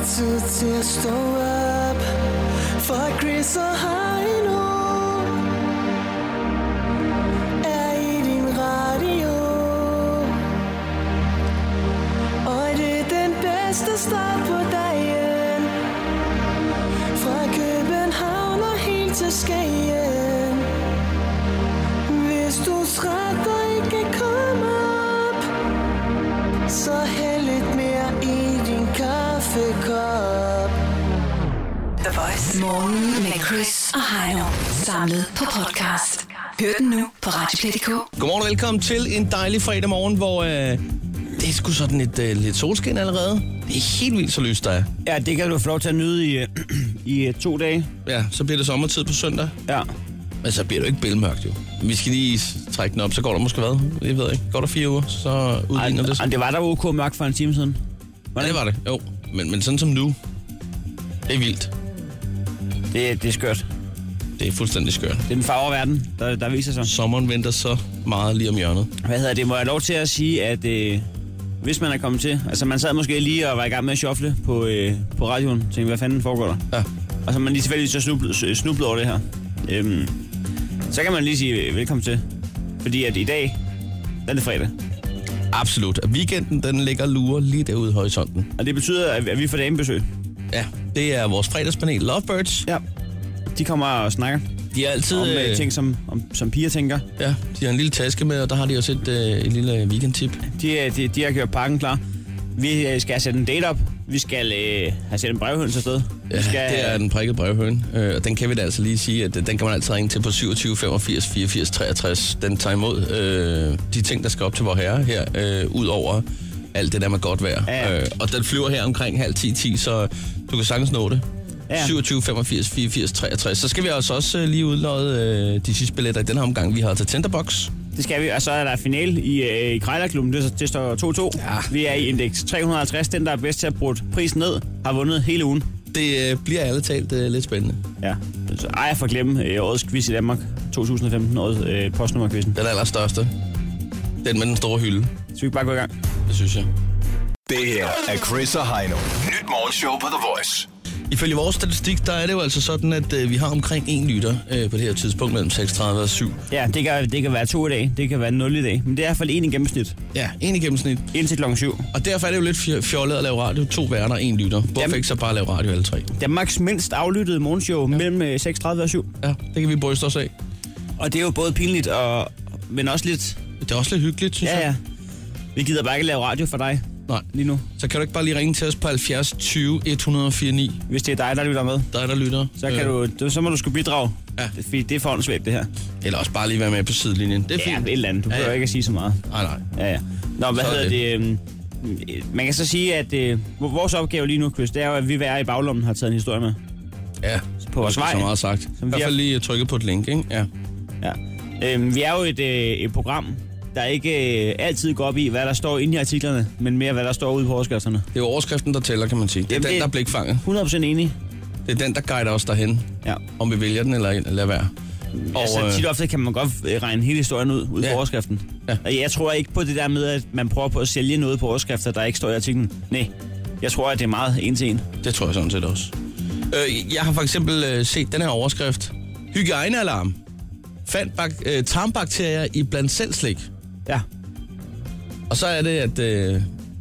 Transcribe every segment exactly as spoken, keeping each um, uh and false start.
tid til at stå op for Chris og Heino er i din radio. Og det er den bedste start på dagen. Fra København og helt til Skagen. Hvis du er træt og ikke kan komme op, så hæld lidt mere i din kaffekop. The Voice. Morgen med Chris og Heino. Samlet på podcast. Hør den nu på radioplay punktum d k. Godmorgen og velkommen til en dejlig fredag morgen, hvor øh, det er sgu sådan et øh, lidt solskin allerede. Det er helt vildt så lyst, der er. Ja, det kan du få lov til at nyde i, i to dage. Ja, så bliver det sommertid på søndag. Ja. Men så bliver det jo ikke bælmørkt, jo. Vi skal lige trække den op, så går der måske hvad? Jeg ved ikke. Går der fire uger, så udligner det. Ej, det var der ok mørkt for en time siden. Var det? Ja, det var det. Jo. Men, men sådan som nu, det er vildt. Det, det er skørt. Det er fuldstændig skørt. Det er den farververden, der, der viser sig. Sommeren venter så meget lige om hjørnet. Hvad hedder det? Må jeg lov til at sige, at øh, hvis man er kommet til... Altså, man sad måske lige og var i gang med at shuffle på, øh, på radioen. Tænkte, hvad fanden foregår der? Ja. Og så man lige tilfældigvis så snublet, snublet over det her. Øhm, så kan man lige sige velkommen til. Fordi at i dag, der er det fredag. Absolut. Weekenden, den ligger lurer lige derude i horisonten. Og det betyder, at vi får damebesøg. Ja, det er vores fredagspanel Lovebirds. Ja, de kommer og snakker. De er altid... Om øh, ting, som, om, som piger tænker. Ja, de har en lille taske med, og der har de også et, øh, et lille weekendtip. De, de, de har gjort pakken klar. Vi skal sætte en date op. Vi skal øh, have sendt en brevhøns afsted. Ja, skal, det er en prikket brevhøn. Øh, og den kan vi da altså lige sige, at den kan man altid ringe til på syvogtyve femogfirs fireogfirs treogtres. Den tager imod øh, de ting, der skal op til vor herre her, øh, ud over alt det der med godt vejr. Ja. Øh, og den flyver her omkring halv ti ti, så du kan sagtens nå det. Ja. syvogtyve femogfirs fireogfirs treogtres. Så skal vi altså også øh, lige udlåde øh, de sidste billetter i den her omgang, vi har til Tinderbox. Det skal vi, og så er der finale i, øh, i Krejlerklubben. Det, det står to to. Ja. Vi er i indeks tre hundrede og halvtreds. Den, der er bedst til at bruge prisen ned, har vundet hele ugen. Det øh, bliver alle talt øh, lidt spændende. Ja. Så ej, jeg får glemme øh, årets quiz i Danmark. to tusind og femten, årets øh, postnummerquizzen. Den allerstørste. Den med den store hylde. Så vi bare gå i gang? Det synes jeg. Det her er Chris og Heino. Nyt morgenshow på The Voice. Ifølge vores statistik, der er det jo altså sådan, at øh, vi har omkring en lytter øh, på det her tidspunkt mellem seksogtredive og syv. Ja, det kan, det kan være to i dag, det kan være nul i dag, men det er i hvert fald en i gennemsnit. Ja, en i gennemsnit. Indtil klokken syv. Og derfor er det jo lidt fjollet at lave radio. To værter, en lytter. Hvorfor ikke så bare lave radio alle tre? Danmarks mindst aflyttede morgenshow ja. mellem seksogtredive og syv. Ja, det kan vi bryste os af. Og det er jo både pinligt, og, men også lidt... Det er også lidt hyggeligt, synes ja, jeg. Ja, vi gider bare ikke lave radio for dig. Nej. Lige nu. Så kan du ikke bare lige ringe til os på halvfjerds tyve et hundrede og fire ni. Hvis det er dig, der lytter med. Dig, der lytter. Så, kan øh. du, så må du sgu bidrage. Ja. Det, det er forhåndsvægt, det her. Eller også bare lige være med på sidelinjen. Det er ja, fint. et eller andet. Du ja, behøver ja. ikke at sige så meget. Nej, nej. Ja, ja. Nå, hvad så hedder det? det? Man kan så sige, at øh, vores opgave lige nu, Chris, det er jo, at vi hver i baglommen har taget en historie med. Ja, på vores vej. Så meget sagt. I hvert fald lige trykket på et link, ikke? Ja. Ja. Øhm, vi er jo et, øh, et program, der ikke øh, altid går op i, hvad der står inde i artiklerne, men mere, hvad der står ude på overskrifterne. Det er jo overskriften, der tæller, kan man sige. Det er Jamen, den, det er der er blikfanget. hundrede procent enig. Det er den, der guider os derhen, ja. om vi vælger den eller lader være. Og, altså, tit ofte kan man godt regne hele historien ud, ud ja. på overskriften. Ja. Og jeg tror ikke på det der med, at man prøver på at sælge noget på overskrifter, der ikke står i artiklen. Nej, jeg tror, at det er meget en til en. Det tror jeg sådan set også. Øh, jeg har for eksempel øh, set den her overskrift. Hygiejnealarm. Fandt bak- øh, tarmbakterier i blandt selv slik. Ja. Og så er det, at øh,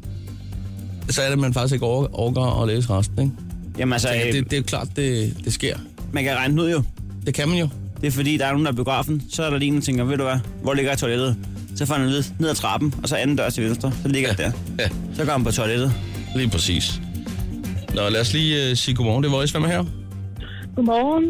så er det, at man faktisk ikke over- overgår at læse resten, ikke? Jamen altså... Det, det, det er jo klart, det, det sker. Man kan regne den ud jo. Det kan man jo. Det er fordi, der er nogen, der er biografen. Så er der lige en, der tænker, ved du hvad, hvor ligger toilettet? Så får han ned, ned ad trappen, og så anden dør til venstre. Så ligger ja. det der. Ja. Så går han på toilettet. Lige præcis. Nå, lad os lige uh, sige godmorgen. Det er Voice. Hvem er her? Godmorgen.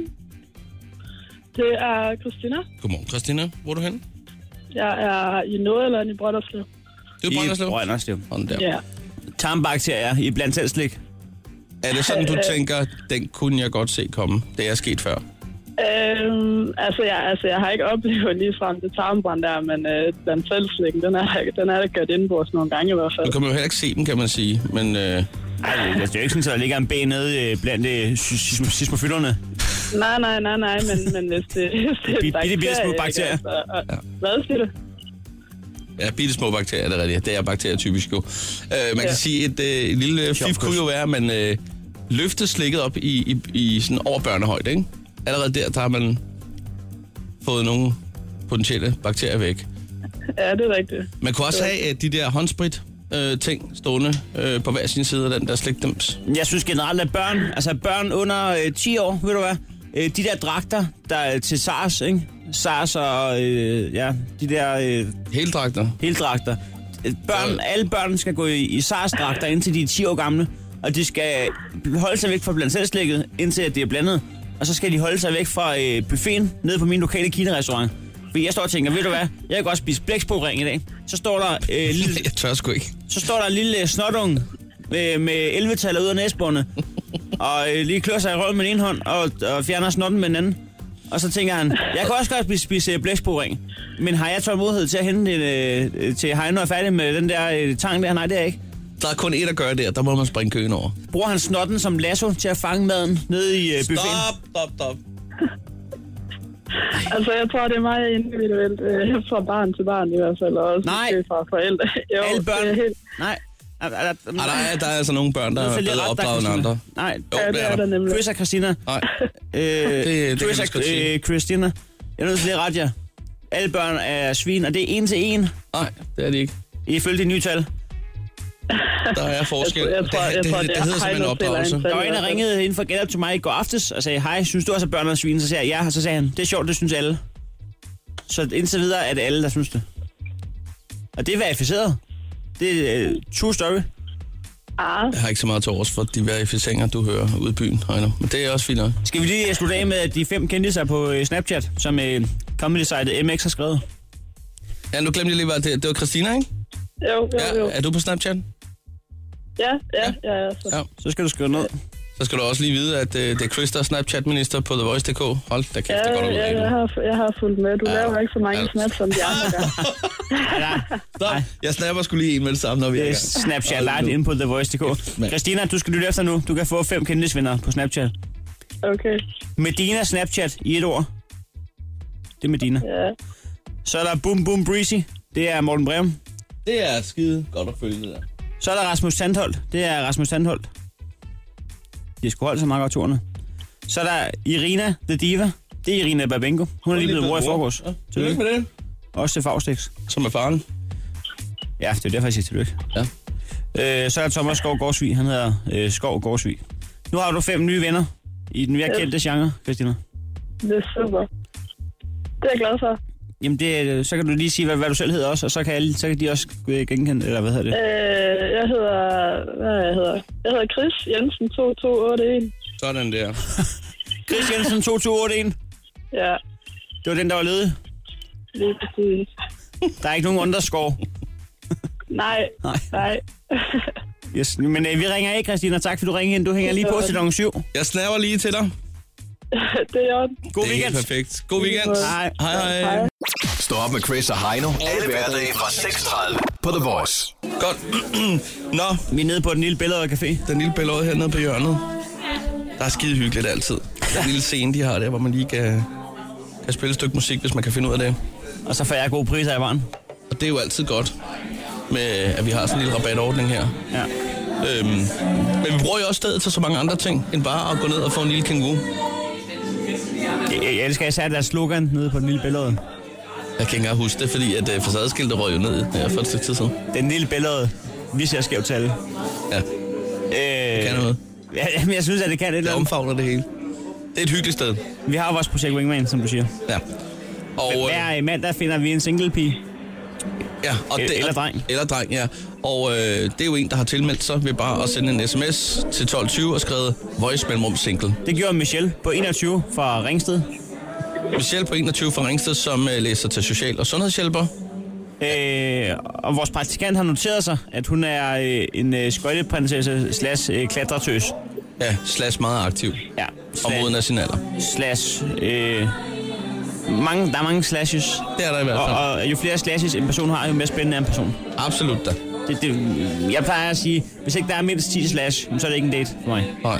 Det er Christina. Godmorgen, Christina. Hvor er du henne? Jeg er i Nordjylland i Brønderslev. Det er Brønderslev? I Brønderslev. Ja. Tarmbakterier i blandt selv slik. Er det sådan, du tænker, den kunne jeg godt se komme? Det er sket før. Øhm, altså, jeg, altså, jeg har ikke oplevet lige frem det tarmbrand der, men øh, den selvslikken, den er, den er der gjort inde på os nogle gange i hvert fald. Du kan jo heller ikke se den, kan man sige, men... Øh... Ej, det er jo ikke sådan, at der ligger en ben nede blandt øh, sismofylderne. Nej, nej, nej, nej, men, men hvis det, hvis det er bitte, bakterier... Bitte små bakterier. Altså, og, ja. Hvad siger du? Ja, bitte små bakterier, det er rigtigt. Det er bakterier typisk jo. Øh, man ja. kan sige, et, øh, et lille fif kunne jo være, at man, øh, løftet slikket op i, i, i sådan over børnehøjde, ikke? Allerede der, der har man fået nogle potentielle bakterier væk. Ja, det er rigtigt. Man kunne også have de der håndsprit øh, ting stående øh, på hver sin side af den der slikdims. Jeg synes generelt, at børn, altså børn under øh, ti år, ved du hvad, øh, de der dragter, der er til SARS, ikke? SARS og øh, ja, de der... Øh, Heldragter. Heldragter. Børn, alle børn skal gå i, i SARS-dragter, indtil de er ti år gamle, og de skal holde sig væk fra blandt selv slikket, indtil at det er blandet. Og så skal de holde sig væk fra øh, buffeten nede på min lokale Kina-restaurant. Fordi jeg står og tænker, ved du hvad, jeg kan godt spise blækspruttring i dag. Så står der... Øh, lille, jeg tør sgu ikke. Så står der en lille snotunge med, med elleve-taller ud af næsebåndet, og øh, lige klør sig i røven med den ene hånd, og, og fjerner snotten med den anden. Og så tænker han, jeg kan også godt spise, spise blækspruttring, men har jeg tålmodighed til at hente det, øh, til Heino er færdig med den der øh, tang der? Nej, det er ikke. Der er kun et at gøre der, der må man springe køen over. Bruger han snotten som lasso til at fange maden nede i øh, buffeten? Stop, stop, stop. Altså, jeg tror, det er meget individuelt øh, fra barn til barn i hvert fald, og også Nej. fra forældre. Jo, alle børn? Det er helt... Nej. Ah, der, er, der er altså nogle børn, der er bedre opdraget end andre. Nej, jo, ja, det er der nemlig. Chris og Christina. Nej, øh, det, det Chris og øh, Christina. Jeg er nødt til at rette jer. Alle børn er svin, og det er en til en. Nej, det er det ikke. Ifølge de nye tal. Der er forskel. Jeg, jeg tror, jeg det, tror, det, det, det, det hedder simpelthen opdragelse. Der var en, der ringede inden for Gallup til mig i går aftes og sagde, hej, synes du også, at børn er svin? Så sagde jeg, ja, og så sagde han, det er sjovt, det synes alle. Så indtil videre er det alle, der synes det. Og det er verificeret. Det er uh, true story. Ah. Jeg har ikke så meget til års for de verificeringer, du hører ude i byen, Heino. Men det er også fint nok. Skal vi lige slutte af med de fem kendte på uh, Snapchat, som uh, comedy-sitet M X har skrevet? Ja, nu glemte jeg lige, hvad det, det var Christina, ikke? Jo, jo, jo. Ja, er du på Snapchat? Ja, ja, ja, ja. Så. ja. Så skal du skrive ned. Så skal du også lige vide, at uh, det er Chris, der er Snapchat-minister på The Voice punktum d k. Hold da kæft, ja, det går ud. Ja, jeg har, jeg har fulgt med. Du ja. laver ikke så mange ja. snaps, som de andre gør. Stop. Jeg snapper skulle lige en med det samme, når vi er i Snapchat live inde på The Voice punktum d k. Christina, du skal lytte efter nu. Du kan få fem kendisvinder på Snapchat. Okay. Medina Snapchat i et ord. Det er Medina. Ja. Så er der Boom Boom Breezy. Det er Morten Breum. Det er skide godt at følge det der. Så er der Rasmus Sandholt. Det er Rasmus Sandholt. De har sgu holdt så meget godt turene. Så er der Irina The Diva. Det er Irina Babenko. Hun er lige blevet bror i forgårs. Ja. Tillykke med det. Også til Faustix. Som er faren. Ja, det er derfor, jeg siger tillykke. Ja. Øh, så er der Thomas Skov Gårdsvig. Han hedder øh, Skov Gårdsvig. Nu har du fem nye venner i den mere kendte genre, Christina. Det er super. Det er jeg glad for. Jamen, det, så kan du lige sige, hvad, hvad du selv hedder også, og så kan, alle, så kan de også genkende, eller hvad hedder det? Øh, jeg hedder, hvad jeg hedder? Jeg hedder Chris Jensen to to otte en. Sådan der. Chris Jensen to to otte en? Ja. Det var den, der var ledig? Lige præcis. Der er ikke nogen underscore? Nej, nej. nej. Yes, men øh, vi ringer ikke, Christina. Tak, for du ringer ind. Du hænger lige på til klokken syv. Jeg snæver lige til dig. Det er jo. God weekend. Det er perfekt. God weekend. Hej. Hej, hej. Stå op med Chris og Heino. Alle hverdage fra seks tredive på The Voice. Godt. Nå. Vi er nede på den lille Bællerød Café. Den lille Bællerød hernede på hjørnet. Der er skide hyggeligt altid. Den lille scene, de har der, hvor man lige kan, kan spille et stykke musik, hvis man kan finde ud af det. Og så får jeg gode priser i varen. Og det er jo altid godt, med at vi har sådan en lille rabatordning her. Ja. Øhm, men vi bruger jo også stedet til så mange andre ting, end bare at gå ned og få en lille kænguru. Jeg, jeg elsker især deres slogan nede på den lille Bællerød. Jeg kan ikke engang huske det, fordi at uh, facadeskiltet røg jo ned her for et stykke tid siden. Den lille Bællerød, vi ser skævt tal. Ja, øh, det kan noget. Ja, men jeg synes, at det kan det. Det omfavner det hele. Det er et hyggeligt sted. Vi har jo vores projekt Wingman, som du siger. Ja. Og hver mandag finder vi en single pige. Ja, og det, eller dreng. Eller dreng, ja. Og øh, det er jo en, der har tilmeldt sig ved bare at sende en sms til tolv tyve og skrevet Voice mellemrum single. Det gjorde Michelle på enogtyve fra Ringsted. Michelle på enogtyve fra Ringsted, som øh, læser til social- og sundhedshjælper. Øh, og vores praktikant har noteret sig, at hun er øh, en øh, skøjteprinsesse slash øh, klatretøs. Ja, slash meget aktiv. Ja. Og moden af sin alder. Slash... Øh, mange, der er mange slashes. Det er der i hvert fald. Og, og jo flere slashes en person har, jo mere spændende er en person. Absolut da. Det, det, jeg plejer at sige, hvis ikke der er mindst ti slash, så er det ikke en date for mig. Nej.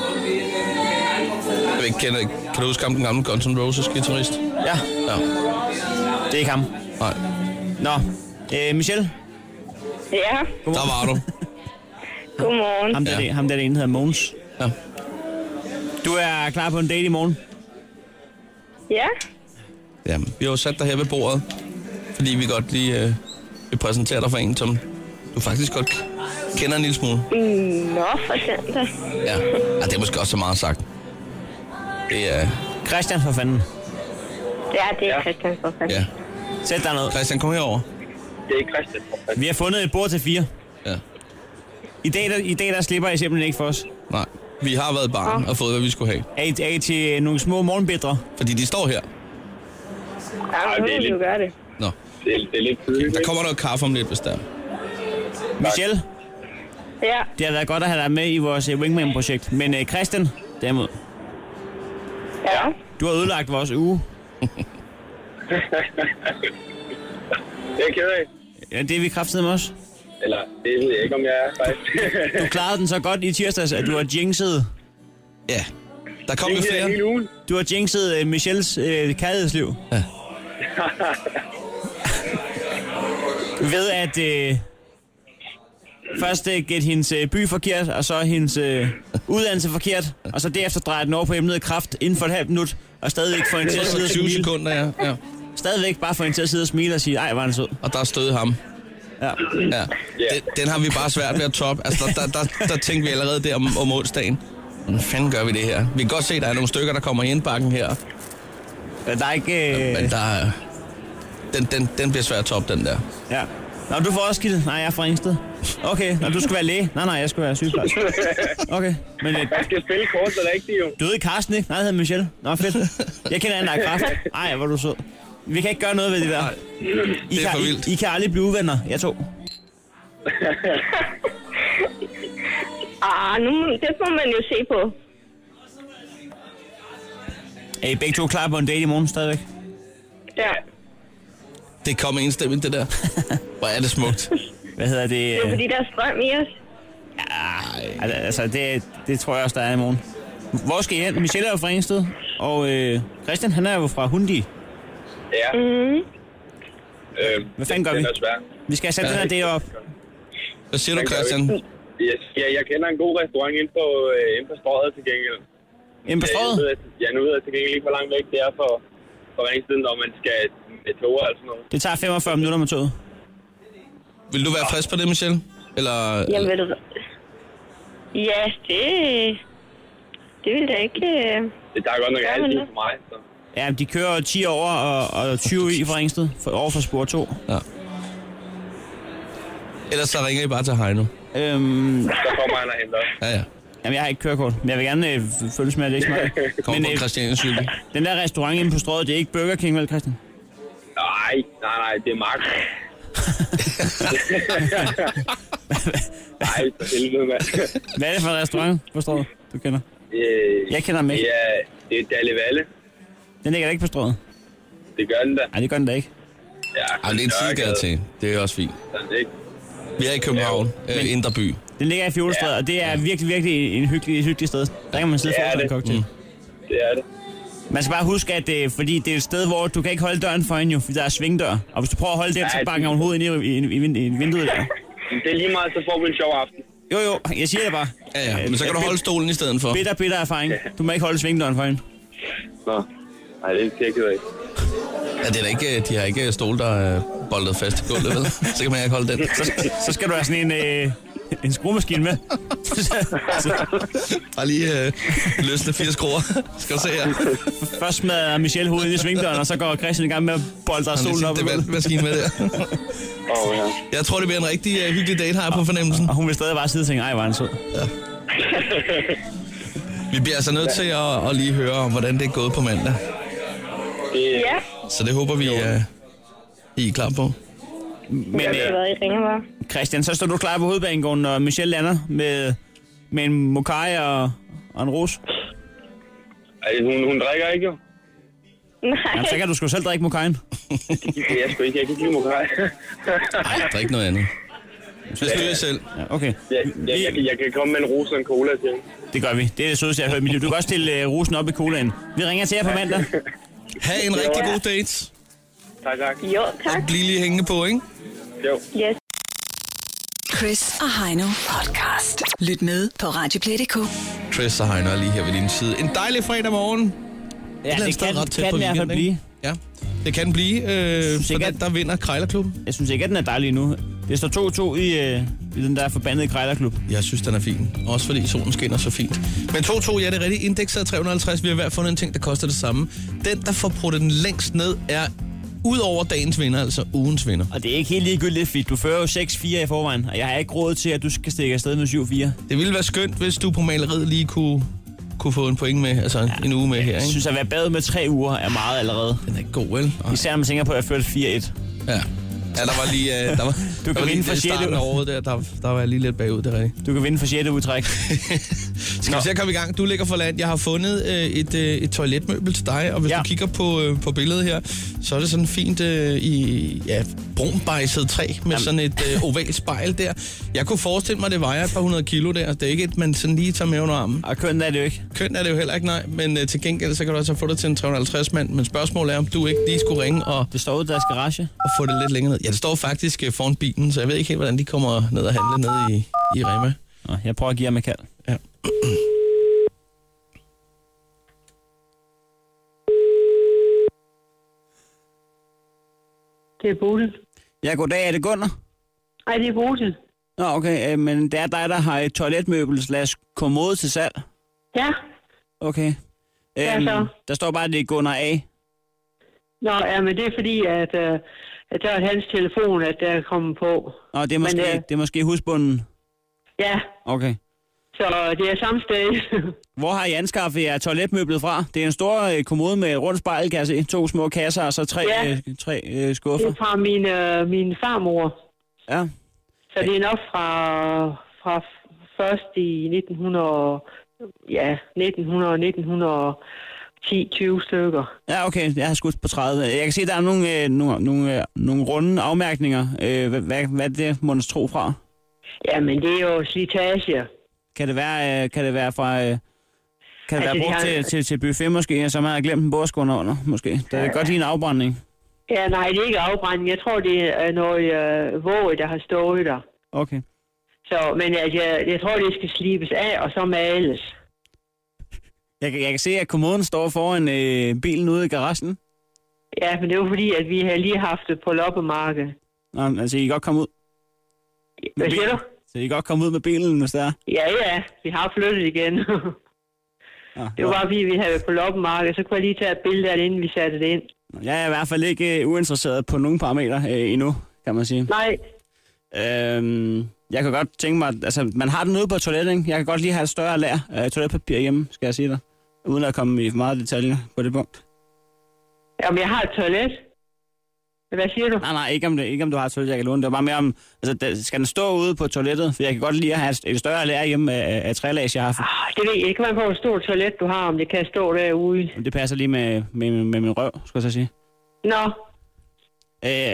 Jeg ved ikke, kan, kan du huske ham, den gamle Guns N' Roses guitarist? Ja. Ja. Det er ikke ham. Nej. Nå, øh, Michelle? Ja. Godmorgen. Der var du. Godmorgen. Ham der, ja. det, ham der det ene hedder Måns. Ja. Du er klar på en date i morgen? Ja. Ja, vi har jo sat dig her ved bordet, fordi vi godt lige øh, vil præsentere dig for en, som du faktisk godt kender en lille smule. Mm, nå, for eksempel. Ja, ja det er måske også så meget sagt. Det er... Christian for fanden. Ja, det er Christian for fanden. Ja. Sæt dig ned. Christian, kom herover. Det er Christian for fanden. Vi har fundet et bord til fire. Ja. I dag, der, i dag der slipper I simpelthen ikke for os. Nej, vi har været barn og fået, hvad vi skulle have. Er I, er I til nogle små morgenbædre? Fordi de står her. Ja, det nu er må vi lidt- jo gøre det. Nå, Det er, det er lidt tidligt. der kommer noget kaffe om lidt, hvis der er. Michelle, Ja. det har været godt at have dig med i vores uh, Wingman-projekt. Men uh, Christian, derimod, Ja. du har ødelagt vores uge. Det er jeg ked af. Ja, det er vi kraftedeme med os. Eller, det ved jeg ikke, om jeg er, faktisk. Du klarede den så godt i tirsdags, at du har jinxet, Ja, der kommer Det er flere. hele ugen. du har jinxet uh, Michelles uh, kærlighedsliv. Ja. Ved at uh, først uh, gætte hendes uh, by forkert, og så hendes uh, uddannelse forkert, og så derefter dreje den over på emnet kraft inden for et halvt minut, og stadigvæk få hende til at sidde og tyve smile. sekunder, ja. ja. Stadigvæk bare få hende til at sidde og smile og sige, ej, var han sød. Og der er stød ham. Ja. Ja. Den, den har vi bare svært ved at toppe. Altså, der, der, der, der tænkte vi allerede der om, om onsdagen. Hvordan fanden gør vi det her? Vi kan godt se, at der er nogle stykker, der kommer i indbakken her. Men der er ikke... Øh... Men der er... Den, den, den bliver svær at toppe, den der. Ja. Nå, du får også skiltet. Nej, jeg er fra Ringsted. Okay, og du skal være læge. Nej, nej, jeg skal være sygeplejerske. Okay, men øh, Jeg skal spille kort, så det er ikke det jo. du ved Carsten, ikke? Nej, det hedder Michelle. Nå, fedt. Jeg kender en, der er kræft. Ej, hvor er du sød. Vi kan ikke gøre noget ved det der. I det er kan, for vildt. I, I kan aldrig blive uvenner, jeg to. Ah, nu, det må man jo se på. Er I begge to klar på en date i morgen stadigvæk? Ja. Det kommer enstemmigt, det der. Hvor er det smukt. Hvad hedder det? Det er fordi, der er strøm i os. Ja, altså, det, det tror jeg også, der er i morgen. Hvor skal I hen? Michelle er jo fra Ringsted, og øh, Christian, han er jo fra Hundi. Ja. Mm. Øh, Hvad fanden gør det, vi? Den er svær. Vi skal have sat Ja. den her date op. Hvad siger du, Den gør Christian? vi. Jeg, jeg, jeg kender en god restaurant inde på, øh, inde på Strøget til gengæld. Inde på Jeg strøget? ved, at- Ja, nu ved jeg til gengæld ikke, hvor langt væk det er for, for Ringsted, når man skal med tog og sådan noget. Det tager femogfyrre minutter med toget. Vil du være frisk på det, Michelle? Eller... Jamen, ved du hvad? Ja, det... Det vil da ikke... øh, Det tager godt nok Ja, men altid det- for mig. Så. Ja, de kører ti over og, og tyve i fra Ringsted, for, over for spor to. Ja. Ellers så ringer I bare til Heino. Øhm, Så kommer han og henter os. Ja, ja. jamen, jeg har ikke kørekort, men jeg vil gerne øh, følges med, at det ikke smager. Kom Men på øh, Christians cykel. den der restaurant inde på strøget, det er ikke Burger King, vel, Christian? Nej, nej, nej, det er Mark. Nej, for helvede, mand. Hvad er det for en restaurant på strøget, du kender? Øh, Jeg kender dem ikke. Det er, det er Dalle Valle. Den ligger da ikke på strøget. Det gør den da. Nej, det gør den da ikke. Ja, Ej, det er en sidegade til. Det er også fint. Sådan, det ikke? Vi er i København, øh, Indre By. Den ligger i Fjolstræde, Ja. og det er virkelig, virkelig en hyggelig, et hyggeligt sted. Der kan man sidde Det er og få en det. cocktail. Mm. Det er det. Man skal bare huske, at det, fordi det er et sted, hvor du kan ikke holde døren for hende, jo, fordi der er svingdør. Og hvis du prøver at holde den, så Ja, banker hun hovedet ind i, i, i, i, i vinduet der. Det er lige meget, så får vi en sjov aften. Jo, jo, jeg siger det bare. Ja, ja. Men så kan du Øh, holde stolen i stedet for. Bitter, bitter erfaring. Du må ikke holde svingdøren for hende. Nå. Nej, det er jeg ked af. Ja, det er da ikke, de har ikke stol, der er boldet fast i gulvet, vel? Så kan man ikke holde den. Så, så skal du have sådan en, øh, en skruemaskine med. Bare lige øh, løsne fire skruer. Skal du se her. Først smadrer Michelle hovedet ind i svingdøren, og så går Christian i gang med at bolde dig stolen op. Det er maskine med der. Åh, oh, ja. Jeg tror, det bliver en rigtig uh, hyggelig date, har jeg på fornemmelsen. Og hun vil stadig bare sidde og tænke, ej, hvor er han sød. Vi bliver altså nødt til at, at lige høre om, hvordan det er gået på mandag. Det, Ja, Så det håber vi, uh, I er klar på. Men jeg ved, øh, hvad I ringer bare. Christian, så står du klar på hovedbanegården, når Michelle lander med, med en mokai og, og en ros. altså, hun, hun drikker ikke jo. Nej, Jamen, så kan du sgu selv drikke mokaien. Det er jeg sgu ikke. Jeg kan ikke lide mokai. Nej, drik noget andet. Så styrer jeg selv. Ja, okay. Ja, jeg, jeg, jeg, jeg kan komme med en rose og en cola til. Det gør vi. Det er det sødeste, jeg har hørt i mit liv. Du kan også stille uh, rosen op i colaen. Vi ringer til jer på mandag. Ha' en rigtig god date. Tak, tak. jo, tak. Bliv lige hængende på, ikke? Jo. Yes. Chris og Heino podcast. Lyt med på radioplay punktum d k. Chris og Heino er lige her ved din side. En dejlig fredag morgen. Ja, det kan, kan den i hvert fald blive. Ja, det kan den blive. Øh, så den, der vinder Krejlerklubben. Jeg synes ikke, at den er dejlig nu. Det står to to i, øh, i den der forbandede Krejlerklub. Jeg synes, den er fin. Også fordi solen skinner så fint. Men to to, ja, det er rigtigt. Indekset er tre hundrede og halvtreds. Vi har i hvert fald fundet en ting, der koster det samme. Den, der får pruttet den længst ned, er ud over dagens vinder, altså ugens vinder. Og det er ikke helt ligegyldigt, fordi du fører jo seks fire i forvejen, og jeg har ikke råd til, at du skal stikke afsted med syv fire. Det ville være skønt, hvis du på maleriet lige kunne, kunne få en point med, altså ja, en uge med her, ikke? Jeg synes, at være badet med tre uger er meget allerede. Den er ikke god, vel? Ej. Især når man tænker på, at jeg førte fire et. Ja. Ja, der var lige... Uh, der var, du kan der var vinde for sjette året der, der, der var jeg lige lidt bagud, det er rigtigt. Du kan vinde for sjette udtræk. Skal vi se at komme i gang? Du ligger for land. Jeg har fundet uh, et, uh, et toiletmøbel til dig, og hvis ja. du kigger på, uh, på billedet her, så er det sådan fint uh, i ja, brunbejset træ med Jamen. sådan et uh, ovalt spejl der. Jeg kunne forestille mig, at det vejer et par hundrede kilo der. Det er ikke et, man sådan lige tager med under armen. Og kønt er det jo ikke. Kønt er det jo heller ikke, nej. Men uh, til gengæld, så kan du altså få det til en tre hundrede og halvtreds mand. Men spørgsmålet er, om du ikke lige skulle ringe og... Det står ude i deres garage. Og få det lidt længere ned. Ja, det står faktisk uh, foran bilen, så jeg ved ikke helt, hvordan de kommer ned og handle ned i, i Rema. Nå, jeg prøver at give ham et kald. Ja. Det er Bodil. Ja, goddag. Er det Gunnar? Nej, det er Bodil. Nå, okay. Øh, men det er dig, der har et toiletmøbel slash kommode til salg? Ja. Okay. Ja, øhm, så. Der står bare, at det er Gunnar A. Nå, ja, men det er fordi, at, øh, at der er hans telefon, at der er kommet på. Nå, det er måske, men, øh, det er måske husbunden? Ja. Okay. Så det er samme sted. Hvor har I anskaffet jer toiletmøblet fra? Det er en stor øh, kommode med et rundt spejl, kan jeg se. To små kasser og så tre, ja. øh, tre øh, skuffer. Det er fra min, øh, min farmor. Ja. Så det er nok fra, fra først i nitten hundrede, ja, nitten hundrede, nitten ti, tyve stykker. Ja, okay. Jeg har skudt på tredive. Jeg kan se, at der er nogle, øh, nogle, nogle, øh, nogle runde afmærkninger. Øh, hvad, hvad, hvad er det, må tro fra? Jamen, det er jo slitage. Kan det være, øh, kan det være fra... Øh, kan det altså, være brugt har... til, til, til buffet måske, så man har glemt en bordskåne under, måske? Det er ja. godt lige en afbrænding. Ja, nej, det er ikke afbrænding. Jeg tror, det er noget øh, våge, der har stået der. Okay. Så, men altså, jeg, jeg tror, det skal slibes af, og så males. Jeg, jeg kan se, at kommoden står foran øh, bilen ude i garagen. Ja, men det er jo fordi, at vi har lige haft det på loppemarkedet. Nå, altså, I kan godt komme ud. Hvad siger du? Så I kan godt komme ud med bilen, hvis det er? Ja, ja. Vi har flyttet igen. Ja, det var bare fordi, vi havde på loppemarkedet, så kunne jeg lige tage et billede af det, inden vi satte det ind. Jeg er i hvert fald ikke uh, uinteresseret på nogen parametre uh, endnu, kan man sige. Nej. Øhm, jeg kan godt tænke mig, altså man har den ude på toilettet, ikke? Jeg kan godt lige have et større lær uh, toiletpapir hjemme, skal jeg sige dig. Uden at komme i meget detaljer på det punkt. Jamen, jeg har et toilet. Hvad siger du? Nej, nej, ikke om, det, ikke om du har et toilet, jeg kan låne. Det var bare mere om, altså det, skal den stå ude på toilettet? For jeg kan godt lige have et, et større lær hjemme af, af trælags, jeg har. Ah, det ved jeg ikke, man på, hvor stort toilet du har, om det kan stå derude. Det passer lige med, med, med min røv, skal jeg så sige. Nå. Øh,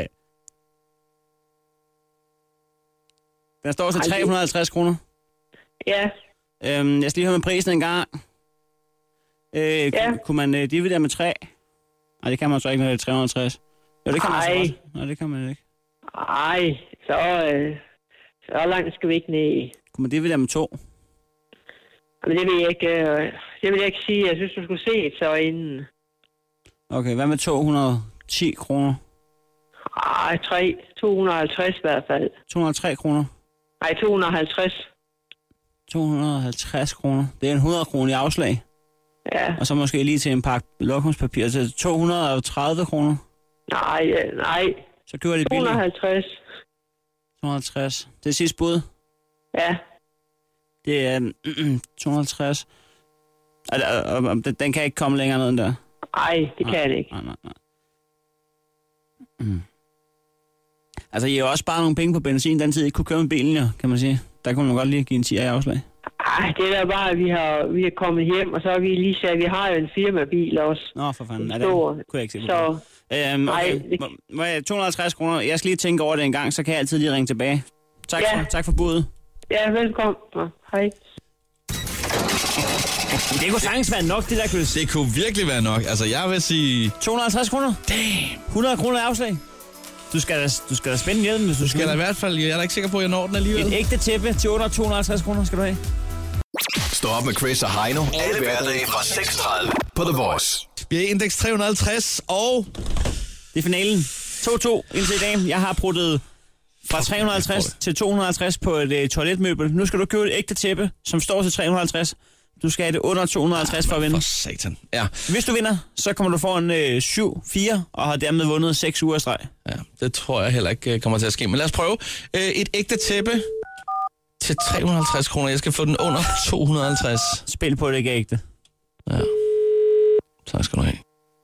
den står til tre hundrede og halvtreds kroner. Ja. Øhm, jeg skal lige høre med prisen en gang. Øh, ja. Kunne, kunne man øh, dividere med tre? Nej, det kan man så ikke, når det er tre hundrede og tres. Jo, det kan man så også. Nej, det kan man ikke. Ej, så, øh, så langt skal vi ikke ned. Kunne man dividere med to? Men det vil jeg ikke, øh, det vil jeg ikke sige. Jeg synes, du skulle se det så inden. Okay, hvad med to hundrede og ti kroner? Ej, tre. to hundrede og halvtreds i hvert fald. to hundrede og tre kroner? Nej, to hundrede og halvtreds. to hundrede og halvtreds kroner. Det er en hundrede kroner i afslag. Ja. Og så måske lige til en pakke lokumspapir til to hundrede og tredive kroner. Nej, nej. Så køber de billigt. to hundrede og halvtreds. to hundrede og halvtreds. Det er sidste bud. Ja. Det er mm, to hundrede og halvtreds. Altså, den kan ikke komme længere ned end der. Nej, det kan det ikke. Nej, nej, nej. Mm. Altså, I har jo også sparet nogle penge på benzin, den tid I ikke kunne køre med bilen, jo, kan man sige. Der kunne man godt lige give en tier i afslag. Ej, det er da bare, at vi har, vi er kommet hjem, og så har vi lige sagt, at vi har jo en firmabil også. Nå, for fanden. Ja, det kunne jeg ikke se på. Så, øhm, okay. Nej, to hundrede og halvtreds kroner. Jeg skal lige tænke over det en gang, så kan jeg altid lige ringe tilbage. Tak, ja. for, tak for budet. Ja, velkommen. Hej. Det kunne sagtens være nok, det der, Chris. Det kunne virkelig være nok. Altså, jeg vil sige... to hundrede og halvtreds kroner? Damn. hundrede kroner afslag? Du skal da, du skal da spænde hjelmen, hvis du, Du skal da i hvert fald, jeg er da ikke sikker på, at jeg når den alligevel. Et ægte tæppe til under to hundrede og halvtreds kroner skal du have. Stå op med Chris og Heino. Alle hverdage fra seks tredive på The Voice. Vi er i indeks tre hundrede og halvtreds, og... Det er finalen. to to indtil i dag. Jeg har pruttet fra tre hundrede og halvtreds til to hundrede og halvtreds på et uh, toiletmøbel. Nu skal du købe et ægte tæppe, som står til tre hundrede og halvtreds. Du skal have det under to hundrede og halvtreds for at vinde. For satan. Ja. Hvis du vinder, så kommer du få en øh, syv fire og har dermed vundet seks uger streg. Ja, det tror jeg heller ikke kommer til at ske. Men lad os prøve. Øh, et ægte tæppe til tre hundrede og halvtreds kroner. Jeg skal få den under to hundrede og halvtreds. Spil på det, ikke ægte. Ja. Tak skal du have.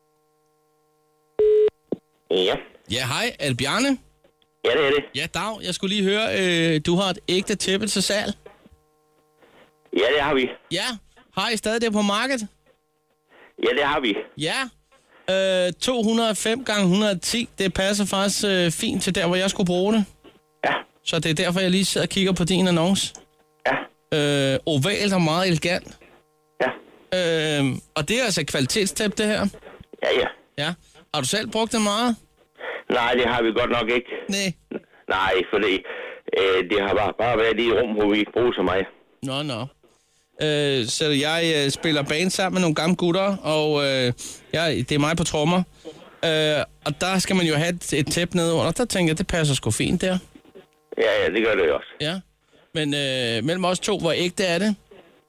Ja. Ja, hej. Er det Bjarne? Ja, det er det. Ja, Dag. Jeg skulle lige høre, øh, du har et ægte tæppe til salg. Ja, det har vi. Ja. Har I stadig det på markedet? Ja, det har vi. Ja. Øh, to hundrede og fem gange et hundrede og ti. Det passer faktisk øh, fint til der, hvor jeg skulle bruge det. Ja. Så det er derfor, jeg lige sidder og kigger på din annonce. Ja. Øh, ovalt og meget elegant. Ja. Øh, og det er altså kvalitetstæppe, det her. Ja, ja. Ja. Har du selv brugt det meget? Nej, det har vi godt nok ikke. Nej. Nej, fordi øh, det har bare, bare været i et rum, hvor vi ikke bruger så meget. Nå, nå. Øh, så jeg øh, spiller band sammen med nogle gamle gutter, og øh, jeg, det er mig på trommer. Øh, og der skal man jo have et, et tæppe nede under. Der tænker jeg, det passer sgu fint der. Ja, ja, det gør det også. Ja. Men øh, mellem os to, hvor ægte er det?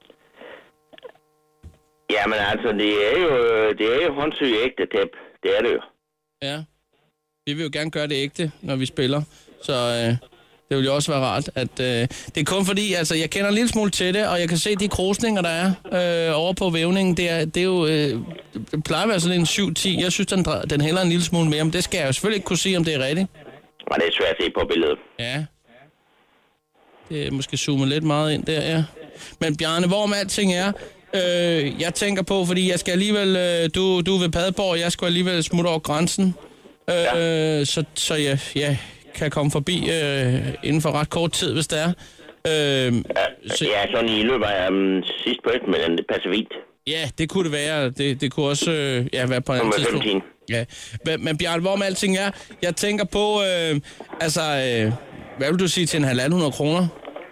Jamen altså, det er jo, det er jo håndsyg ægte tæp. Det er det jo. Ja. Vi vil jo gerne gøre det ægte, når vi spiller. Så øh, det vil jo også være rart, at... Øh, det er kun fordi, altså, jeg kender en lille smule til det, og jeg kan se de krusninger, der er øh, over på vævningen. Det, er, det er jo... Øh, det plejer at være sådan en syv ti. Jeg synes, den, den hælder en lille smule mere, men det skal jeg jo selvfølgelig ikke kunne sige, om det er rigtigt. Men det er svært at se på billedet. Ja. Det er måske zoomet lidt meget ind der, ja. Men Bjarne, hvorom alting er... Øh, jeg tænker på, fordi jeg skal alligevel... Øh, du, du er ved Padborg, jeg skal alligevel smutte over grænsen. Øh, ja. Så, så jeg, jeg kan komme forbi øh, inden for ret kort tid, hvis det er. Øh, ja, så, ja, sådan i løbet af um, sidst på eftermiddagen, det passer fint. Ja, det kunne det være. Det, det kunne også øh, ja, være på en anden tidspunkt. Ja. Men, men Bjarne, hvorom alting er... Jeg tænker på... Øh, altså, øh, hvad vil du sige til en halvanden hundrede kroner?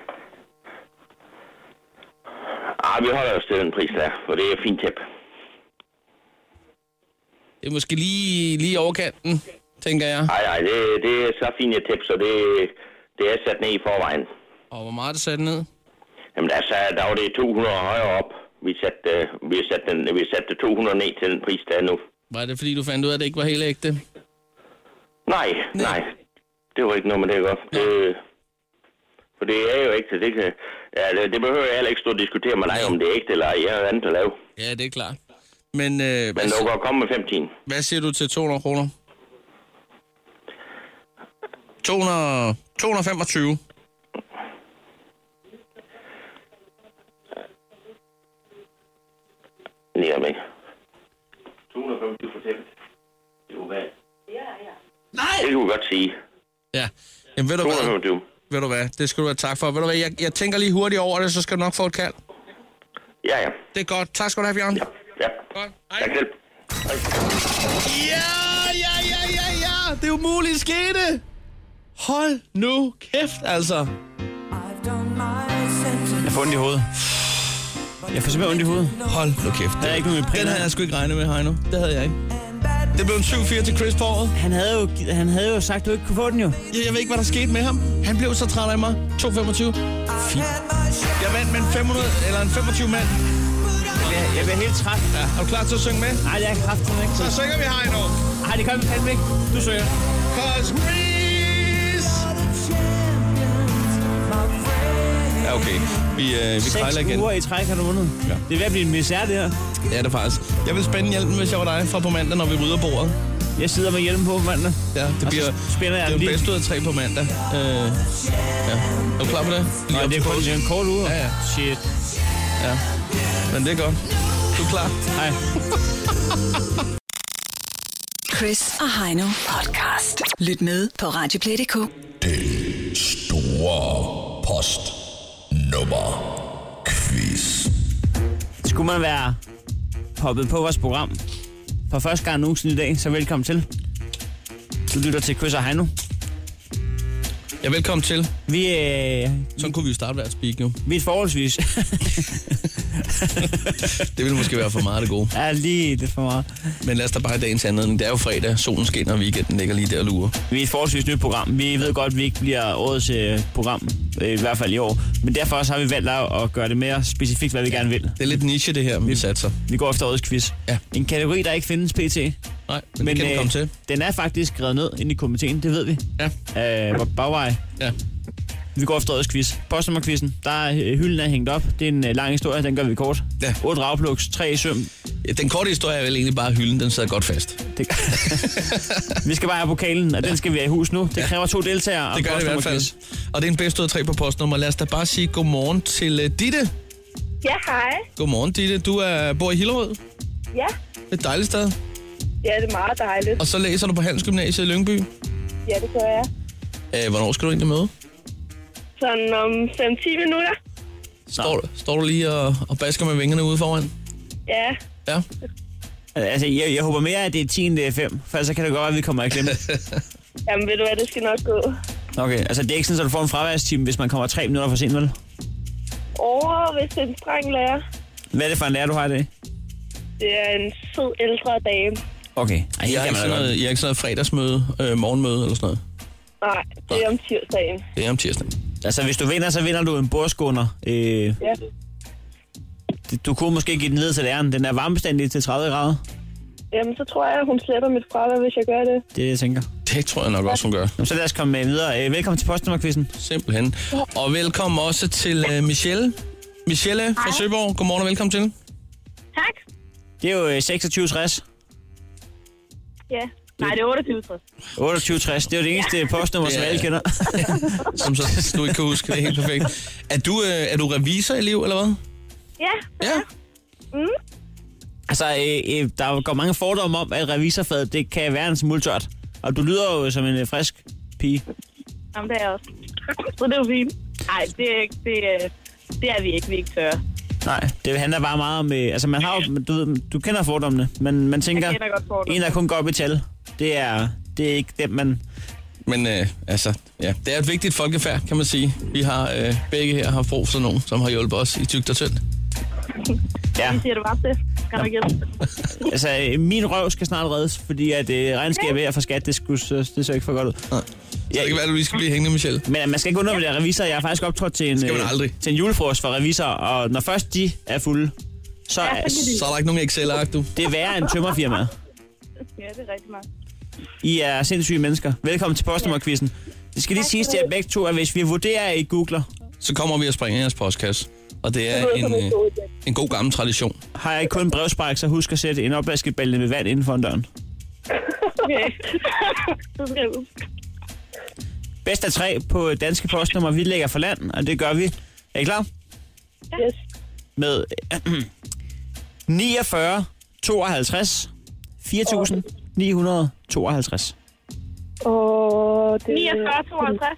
Ah, vi holder os til den pris der, for det er fint tæp. Det er måske lige, lige overkanten, tænker jeg. Nej, nej, det, det er så fint et tæp, så det, det er sat ned i forvejen. Og hvor meget er det sat ned? Jamen, der, så, der var det to hundrede højere op. Vi satte, uh, vi satte, den, vi satte to hundrede ned til den pris, der er nu. Var det, fordi du fandt ud af, at det ikke var helt ægte? Nej, nej. nej. Det var ikke noget med det, godt. Det, for det er jo ægte. Det, kan, ja, det, det behøver jeg heller ikke stå og diskutere med dig, om det er ægte eller jeg har andet at lave. Ja, det er klart. Men, øh, Men du kan komme med femten. Hvad siger du til to hundrede kroner? to hundrede, to hundrede femogtyve. Lige om ikke. to hundrede femogtyve for tæppet. Det kunne være. Ja, ja. Nej! Det kunne vi godt sige. Ja. Jamen, ved du to hundrede femogtyve. Hvad? Ved du hvad? Det skal du have tak for. Ved du hvad? Jeg, jeg tænker lige hurtigt over det, så skal du nok få et kald. Ja, ja. Det er godt. Tak skal du have, Bjørn. Ja, ja. Godt. Hej. Tak selv. Hej. Ja, ja, ja, ja, ja. Det er umuligt skete. Hold nu kæft, altså. Jeg får ondt i hovedet. Jeg får simpelthen ondt i hovedet. Hold nu kæft. Jeg havde ikke nogen Den havde jeg sgu ikke regnet med, Heino. Det havde jeg ikke. Det blev en syv fire til Chris Paul. Han havde jo, han havde jo sagt, at du ikke kunne få den jo. Ja, jeg ved ikke, hvad der skete med ham. Han blev så træt af mig. to femogtyve. Fint. Jeg vandt med en fem hundrede, eller en femogtyve mand. Jeg bliver, jeg bliver helt træt. Ja, er du klar til at synge med? Nej, det er kraftigt ikke. Så synger vi, Heino. Nej, det kan vi fandme ikke. Du synger. Cause Chris. Ja, okay. Vi, øh, vi krejler igen. Seks uger i træk har du vundet. Ja. Det er ved at blive en misære, det her. Ja, det er faktisk. Jeg vil spænde hjelmen, hvis jeg var dig, fra på mandag, når vi rydder bordet. Jeg sidder med hjelmen på mandag. Ja, det bliver spænder jeg det er jo bedst ud af tre på mandag. Øh, ja. Er du klar på det? Nå, det er kun det er en kort uge. Ja, ja. Shit. Ja, men det er godt. Du er klar? Hej. Chris og Heino podcast. Lyt med på radioplay punktum d k. Det store postnummer quiz. Skulle man være hoppet på vores program for første gang nogensinde i dag, så velkommen til. Du lytter til Chris og Heino. Ja, velkommen til. Vi er... Øh, Sådan kunne vi jo starte hver speak, jo. vi er forholdsvis. Det ville måske være for meget det gode. Ja, lige lidt for meget. Men lad os da bare i dagens anledning. Det er jo fredag, solen skinner, og weekenden ligger lige der og lurer. Vi er et forholdsvis nyt program. Vi ved godt, at vi ikke bliver årets øh, program, øh, i hvert fald i år. Men derfor så har vi valgt at gøre det mere specifikt, hvad vi gerne vil. Det er lidt niche, det her, vi satser. Vi går efter årets quiz. Ja. En kategori, der ikke findes pt. Nej, men, men det kan øh, komme til. Den er faktisk skrevet ned ind i komiteen, det ved vi. Ja. Øh, bagvej. Ja. Vi går efter årets quiz. Postnummerquizzen. Der er øh, hylden er hængt op. Det er en øh, lang historie, den gør vi kort. Ja. otte ravplugs, tre i søm. Ja, den korte historie er vel egentlig bare hylden, den sidder godt fast. Det... vi skal bare have pokalen, og den skal vi have i hus nu. Det kræver to deltagere. Det gør det i hvert fald. Og det er en bedst ud af tre på postnummer. Lad os da bare sige godmorgen til uh, Ditte. Ja, hej. Godmorgen, Ditte. Du er, bor i Hillerød. Ja. Det er et dejligt sted. Ja, det er meget dejligt. Og så læser du på Handelsgymnasiet i Lyngby. Ja, det gør jeg. Uh, hvornår skal du egentlig møde? Sådan om fem til ti minutter. Står, står du lige og, og basker med vingerne ude foran? Ja. Ja. Altså, jeg, jeg håber mere, at det er ti end det er fem, for så kan det godt være, at vi kommer i klemme. Jamen, ved du hvad, det skal nok gå. Okay, altså det er ikke sådan, at du får en fraværstime, hvis man kommer tre minutter for sent, vel? Åh, hvis det er en streng lærer. Hvad er det for en lærer, du har i dag? Det er en sød ældre dame. Okay. Ej, I har ikke sådan noget, I har ikke sådan noget fredagsmøde, øh, morgenmøde eller sådan noget? Nej, det er om tirsdagen. Det er om tirsdagen. Altså, hvis du vinder, så vinder du en bordskåner. Øh, ja. Du kunne måske give den ned til læreren. Den er varmebestandig til tredive grader. Jamen, så tror jeg, at hun sletter mit fravær, hvis jeg gør det. Det er det, jeg tænker. Det tror jeg nok også, hun gør. Jamen, så lad os komme med videre. Øh, velkommen til postnummerquizzen. Simpelthen. Og velkommen også til uh, Michelle. Michelle fra Hej. Søborg. Godmorgen og velkommen til. Tak. Det er jo øh, seksogtyve tres. Ja. Nej, det er otteogtyve tres. otteogtyve tres. Det er jo det eneste postnummer, som alle kender. Som så du ikke kan huske. Det er helt perfekt. Er du, øh, er du revisorelev, eller hvad? Ja. Ja. Mm. Altså, øh, øh, der går mange fordomme om, at revisorfaget, det kan være en smule tørt. Og du lyder jo som en øh, frisk pige. Jamen, det er jeg også. Så det er jo fint. Nej, det er ikke, det, er, det er vi ikke, vi er ikke tørre. Nej, det handler bare meget om... Øh, altså, man har jo, du, ved, du kender fordommene, men man tænker... Jeg kender godt fordommene. En, der kun går op i tal, det er, det er ikke dem, man... Men øh, altså, ja, det er et vigtigt folkefærd, kan man sige. Vi har øh, begge her har brug for nogen, som har hjulpet os i tygt og tyndt. Ja. Vi siger det bare det. Kan du hjælpe? Altså, min røv skal snart reddes, fordi at øh, regnskabet her for skat, det, skulle, det ser ikke for godt ud. Nej. Så det kan være, at du lige skal blive hængende, Michelle. Men man skal ikke undervurdere revisor. Jeg har faktisk optrådt til en, Skal man aldrig. til en julefrokost for revisor, og når først de er fulde, så er, Så er der ikke nogen Excel-ark, du. det er værre end tømmerfirma. Ja, det er rigtig meget. I er sindssyge mennesker. Velkommen til postnummerquizzen. Det skal lige siges til jer begge to, at hvis vi vurderer, at I googler, Så kommer vi og springer i jeres postkasse. Og det er en, øh, en god gammel tradition. har jeg kun en brevspræk, så husk at sætte en opvaskebælge med vand inden for døren. Okay. Så skal jeg huske. Bedst af tre på danske postnummer. Vi lægger for land, og det gør vi. Er I klar? Yes. Med øh, niogfyrre tooghalvtreds fire tusind ni hundrede tooghalvtreds. Og det niogfyrre tooghalvtreds.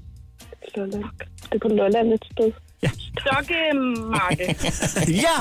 Det er på Lolland et sted. Ja. Stokkemarke. Ja!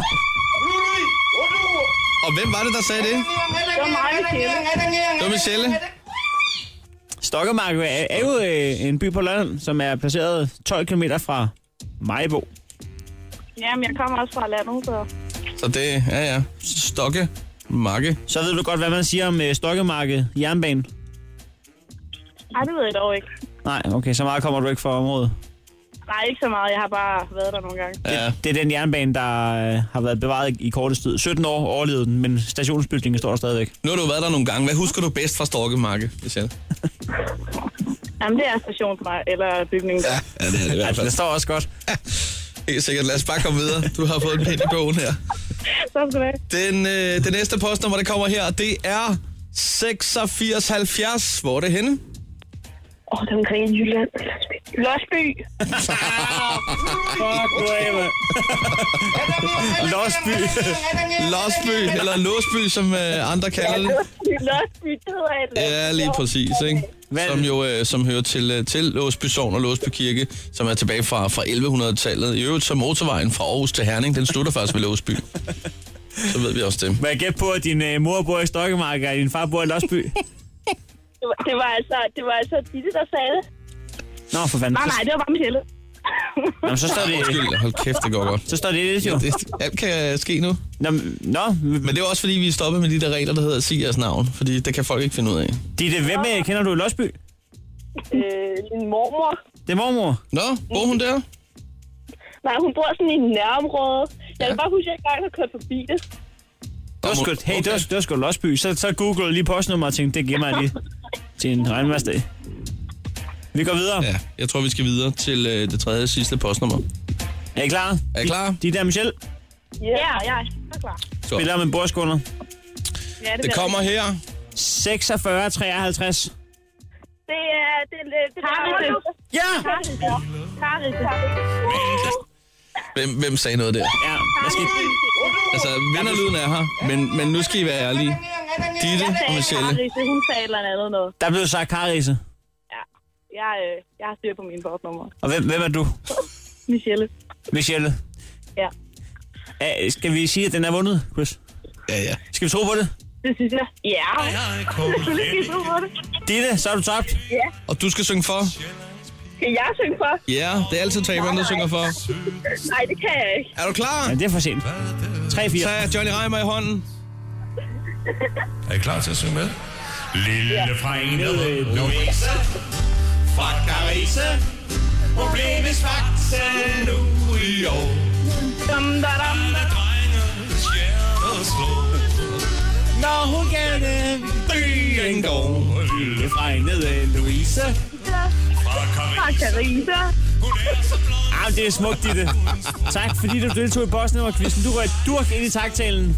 Og hvem var det, der sagde det? Det var mig, Michelle. Det var Michelle. Stokkemarke er, er jo øh, en by på Lolland, som er placeret tolv kilometer fra Maribo. Jamen, jeg kommer også fra landet, så... Så det, ja ja. Stokke. Marke. Så ved du godt, hvad man siger om øh, Stokkemarke jernbane? Nej, det ved jeg dog ikke. Nej, okay, så meget kommer du ikke fra området. Nej, ikke så meget. Jeg har bare været der nogle gange. Ja. Det, det er den jernbane, der øh, har været bevaret i, i kortest tid. sytten år overlevede den, men stationsbygningen står der stadigvæk. Nu har du været der nogle gange. Hvad husker du bedst fra Stokkemarke, Michelle? Jamen, det er stationsmark eller bygningen. Ja, ja, det er det i hvert Altså, fald. det står også godt. Helt sikkert. Lad os bare komme videre. Du har fået en pind i bogen her. Så skal det. Den, øh, det næste postnummer, der kommer her, det er seksogfirs halvfjerds. Hvor er det henne? Åh, oh, det er omkring Jylland. Losby. Fuck, du er, mand. Losby. Losby, eller Låsby, som øh, andre kalder det. Losby, det hedder jeg. Ja, lige præcis, ikke? Som jo øh, som hører til, øh, til Låsby Sogn og Låsby Kirke, som er tilbage fra, fra elleve hundrede-tallet. I øvrigt så motorvejen fra Aarhus til Herning, den slutter faktisk ved Låsby. Så ved vi også det. Må jeg gætte på, at din øh, mor bor i Stokkemarke, og din far bor i Losby? Det var, det var altså, det var altså Ditte, der sagde det. Nå, for fanden. Nej, nej, det var bare Michelle. Nå, så står det... Undskyld, hold kæft, det går godt. Så står det lidt, jo. Ja, det, alt kan ske nu. Nå, nå. Men det er også fordi, vi er stoppet med de der regler, der hedder sig jeres navn. Fordi det kan folk ikke finde ud af. Ditte, hvem er, kender du i Losby? Øh, min mormor. Det er mormor. Nå, bor hun der? Nej, hun bor sådan i en nærområde. Jeg kan bare huske, at jeg engang har kørt forbi det. Det var sgu, hey, det var, det var sgu Losby. Så, så googlede jeg lige postnummer og tænkte, det giver mig lige til en regnværsdag. Vi går videre. Ja, jeg tror, vi skal videre til øh, det tredje sidste postnummer. Er I klar? Er I klar? De der, Michelle? Ja, jeg er klar. Så. Spiller med bordskunder. Ja, det, Det kommer her. seksogfyrre treoghalvtreds. Det er... Det, det, det, det, det, Ja! Hvem, hvem sagde noget der? Ja, jeg skal... Altså, vinderlyden er her, men, men nu skal I være ærlige. Ditte og Michelle. Karise, hun sagde et eller andet noget. Der blev sagt Karise. Ja, jeg, øh, jeg har styr på mine postnummer. Og hvem, hvem er du? Michelle. Michelle. Ja. Ja, skal vi sige, at den er vundet, Chris? Ja, ja. Skal vi tro på det? Det synes jeg. Ja. Selvfølgelig skal I tro på det. Ditte, så er du tabt. Ja. Og du skal synge for? Skal jeg synge for? Ja, det er altid taberen, der synger for. Nej, det kan jeg ikke. Er du klar? Ja, det er for sent. tre fire. Tag Johnny Reimer i hånden. Er I klar til at synge med? Lille Ja. frænede Louise fra Carise. Problemets fakse nu i år. Dum, da, dum, da. Drengens hjerter slår. Når hun gerne Byen går. lille frænede Louise. Fra Carise. Ah, det er smukt, Ditte. Tak, fordi du deltog i postnummerquizzen. Du røg durk ind i taktalen.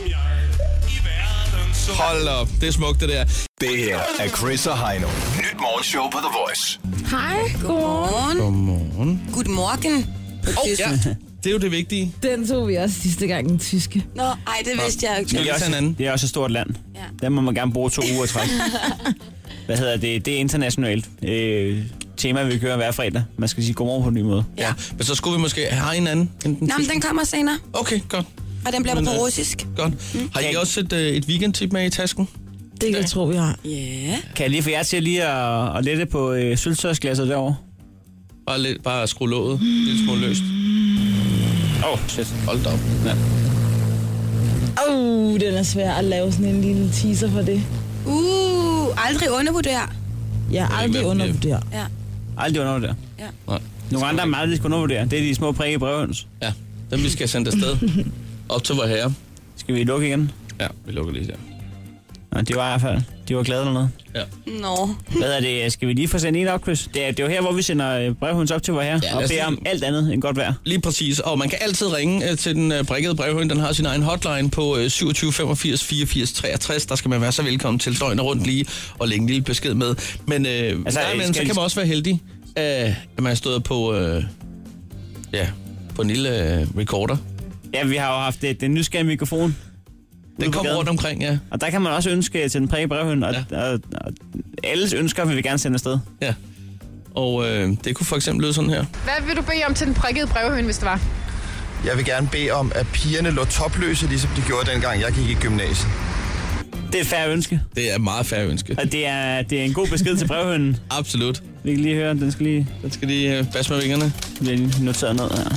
Hold op, det er smukt det der. Det her er Chris og Heino. Nyt morgenshow på The Voice. Hej, godmorgen. Godmorgen. Godmorgen. Oh, ja, det er jo det vigtige. Den tog vi også sidste gang, den tyske. Nå, ej, det vidste jeg ikke. Skal vi Det er, tage en også, anden? det er også et stort land. Ja. Der må man gerne bruge to uger i træk. Hvad hedder det? Det er internationalt. Øh, tema, vi kører hver fredag. Man skal sige godmorgen på en ny måde. Ja, men så skulle vi måske have en anden end den Nå, men tyske. den kommer senere, Okay, godt. og den bliver Men, på øh, russisk. Godt. Har I også et, øh, et weekendtip med i tasken? Det kan jeg tro, vi har. Ja. Yeah. Kan jeg lige få jer til lige at, at lette på øh, syltøjsglasset derovre? Bare, lidt, bare skru låget. En lille smule løst. Åh, oh, shit. Hold da op. Ja. Åh, oh, den er svær at lave sådan en lille teaser for det. Uh, aldrig undervurdere. Jeg er aldrig hvad- undervurderet. Ja. Aldrig undervurdere. Ja. Nej. Nogle andre, der aldrig skal undervurdere, det er de små prikke brevhøns. Ja, dem vi skal sende afsted. Op til vor herre. Skal vi lukke igen? Ja, vi lukker lige der. Nå, de var i hvert fald. De var glade eller noget. Ja. Nå. Hvad er det? Skal vi lige få sendt en op, Chris? Det er, det er jo her, hvor vi sender brevhøns op til vor herre. Ja, Ja, lad og os beder om lige- alt andet end godt vejr. Lige præcis, og man kan altid ringe øh, til den øh, prikkede brevhøn. Den har sin egen hotline på øh, syvogtyve femogfirs fireogfirs treogtres. Der skal man være så velkommen til døgnet rundt lige og lægge en lille besked med. Men øh, Altså, altså, men, så skal kan de- man også være heldig, øh, at man stået på, øh, ja, på en lille øh, recorder. Ja, vi har jo haft det, den nysgerrige mikrofon. Den ude på kommer gaden. rundt omkring, ja. Og der kan man også ønske til den prikke brevhøn, og, ja. og, og alles ønsker vil vi gerne sende afsted. ja. Og øh, det kunne for eksempel lyde sådan her. Hvad vil du bede om til den prikkede brevhøn, hvis det var? Jeg vil gerne bede om, at pigerne lå topløse, ligesom de gjorde dengang, jeg gik i gymnasiet. Det er et færre ønske. Det er et meget fair ønske. Og det er, det er en god besked til brevhønnen. Absolut. Vi kan lige høre, den skal lige... Den skal lige øh, basse med vingerne. bliver lige noteret ned her.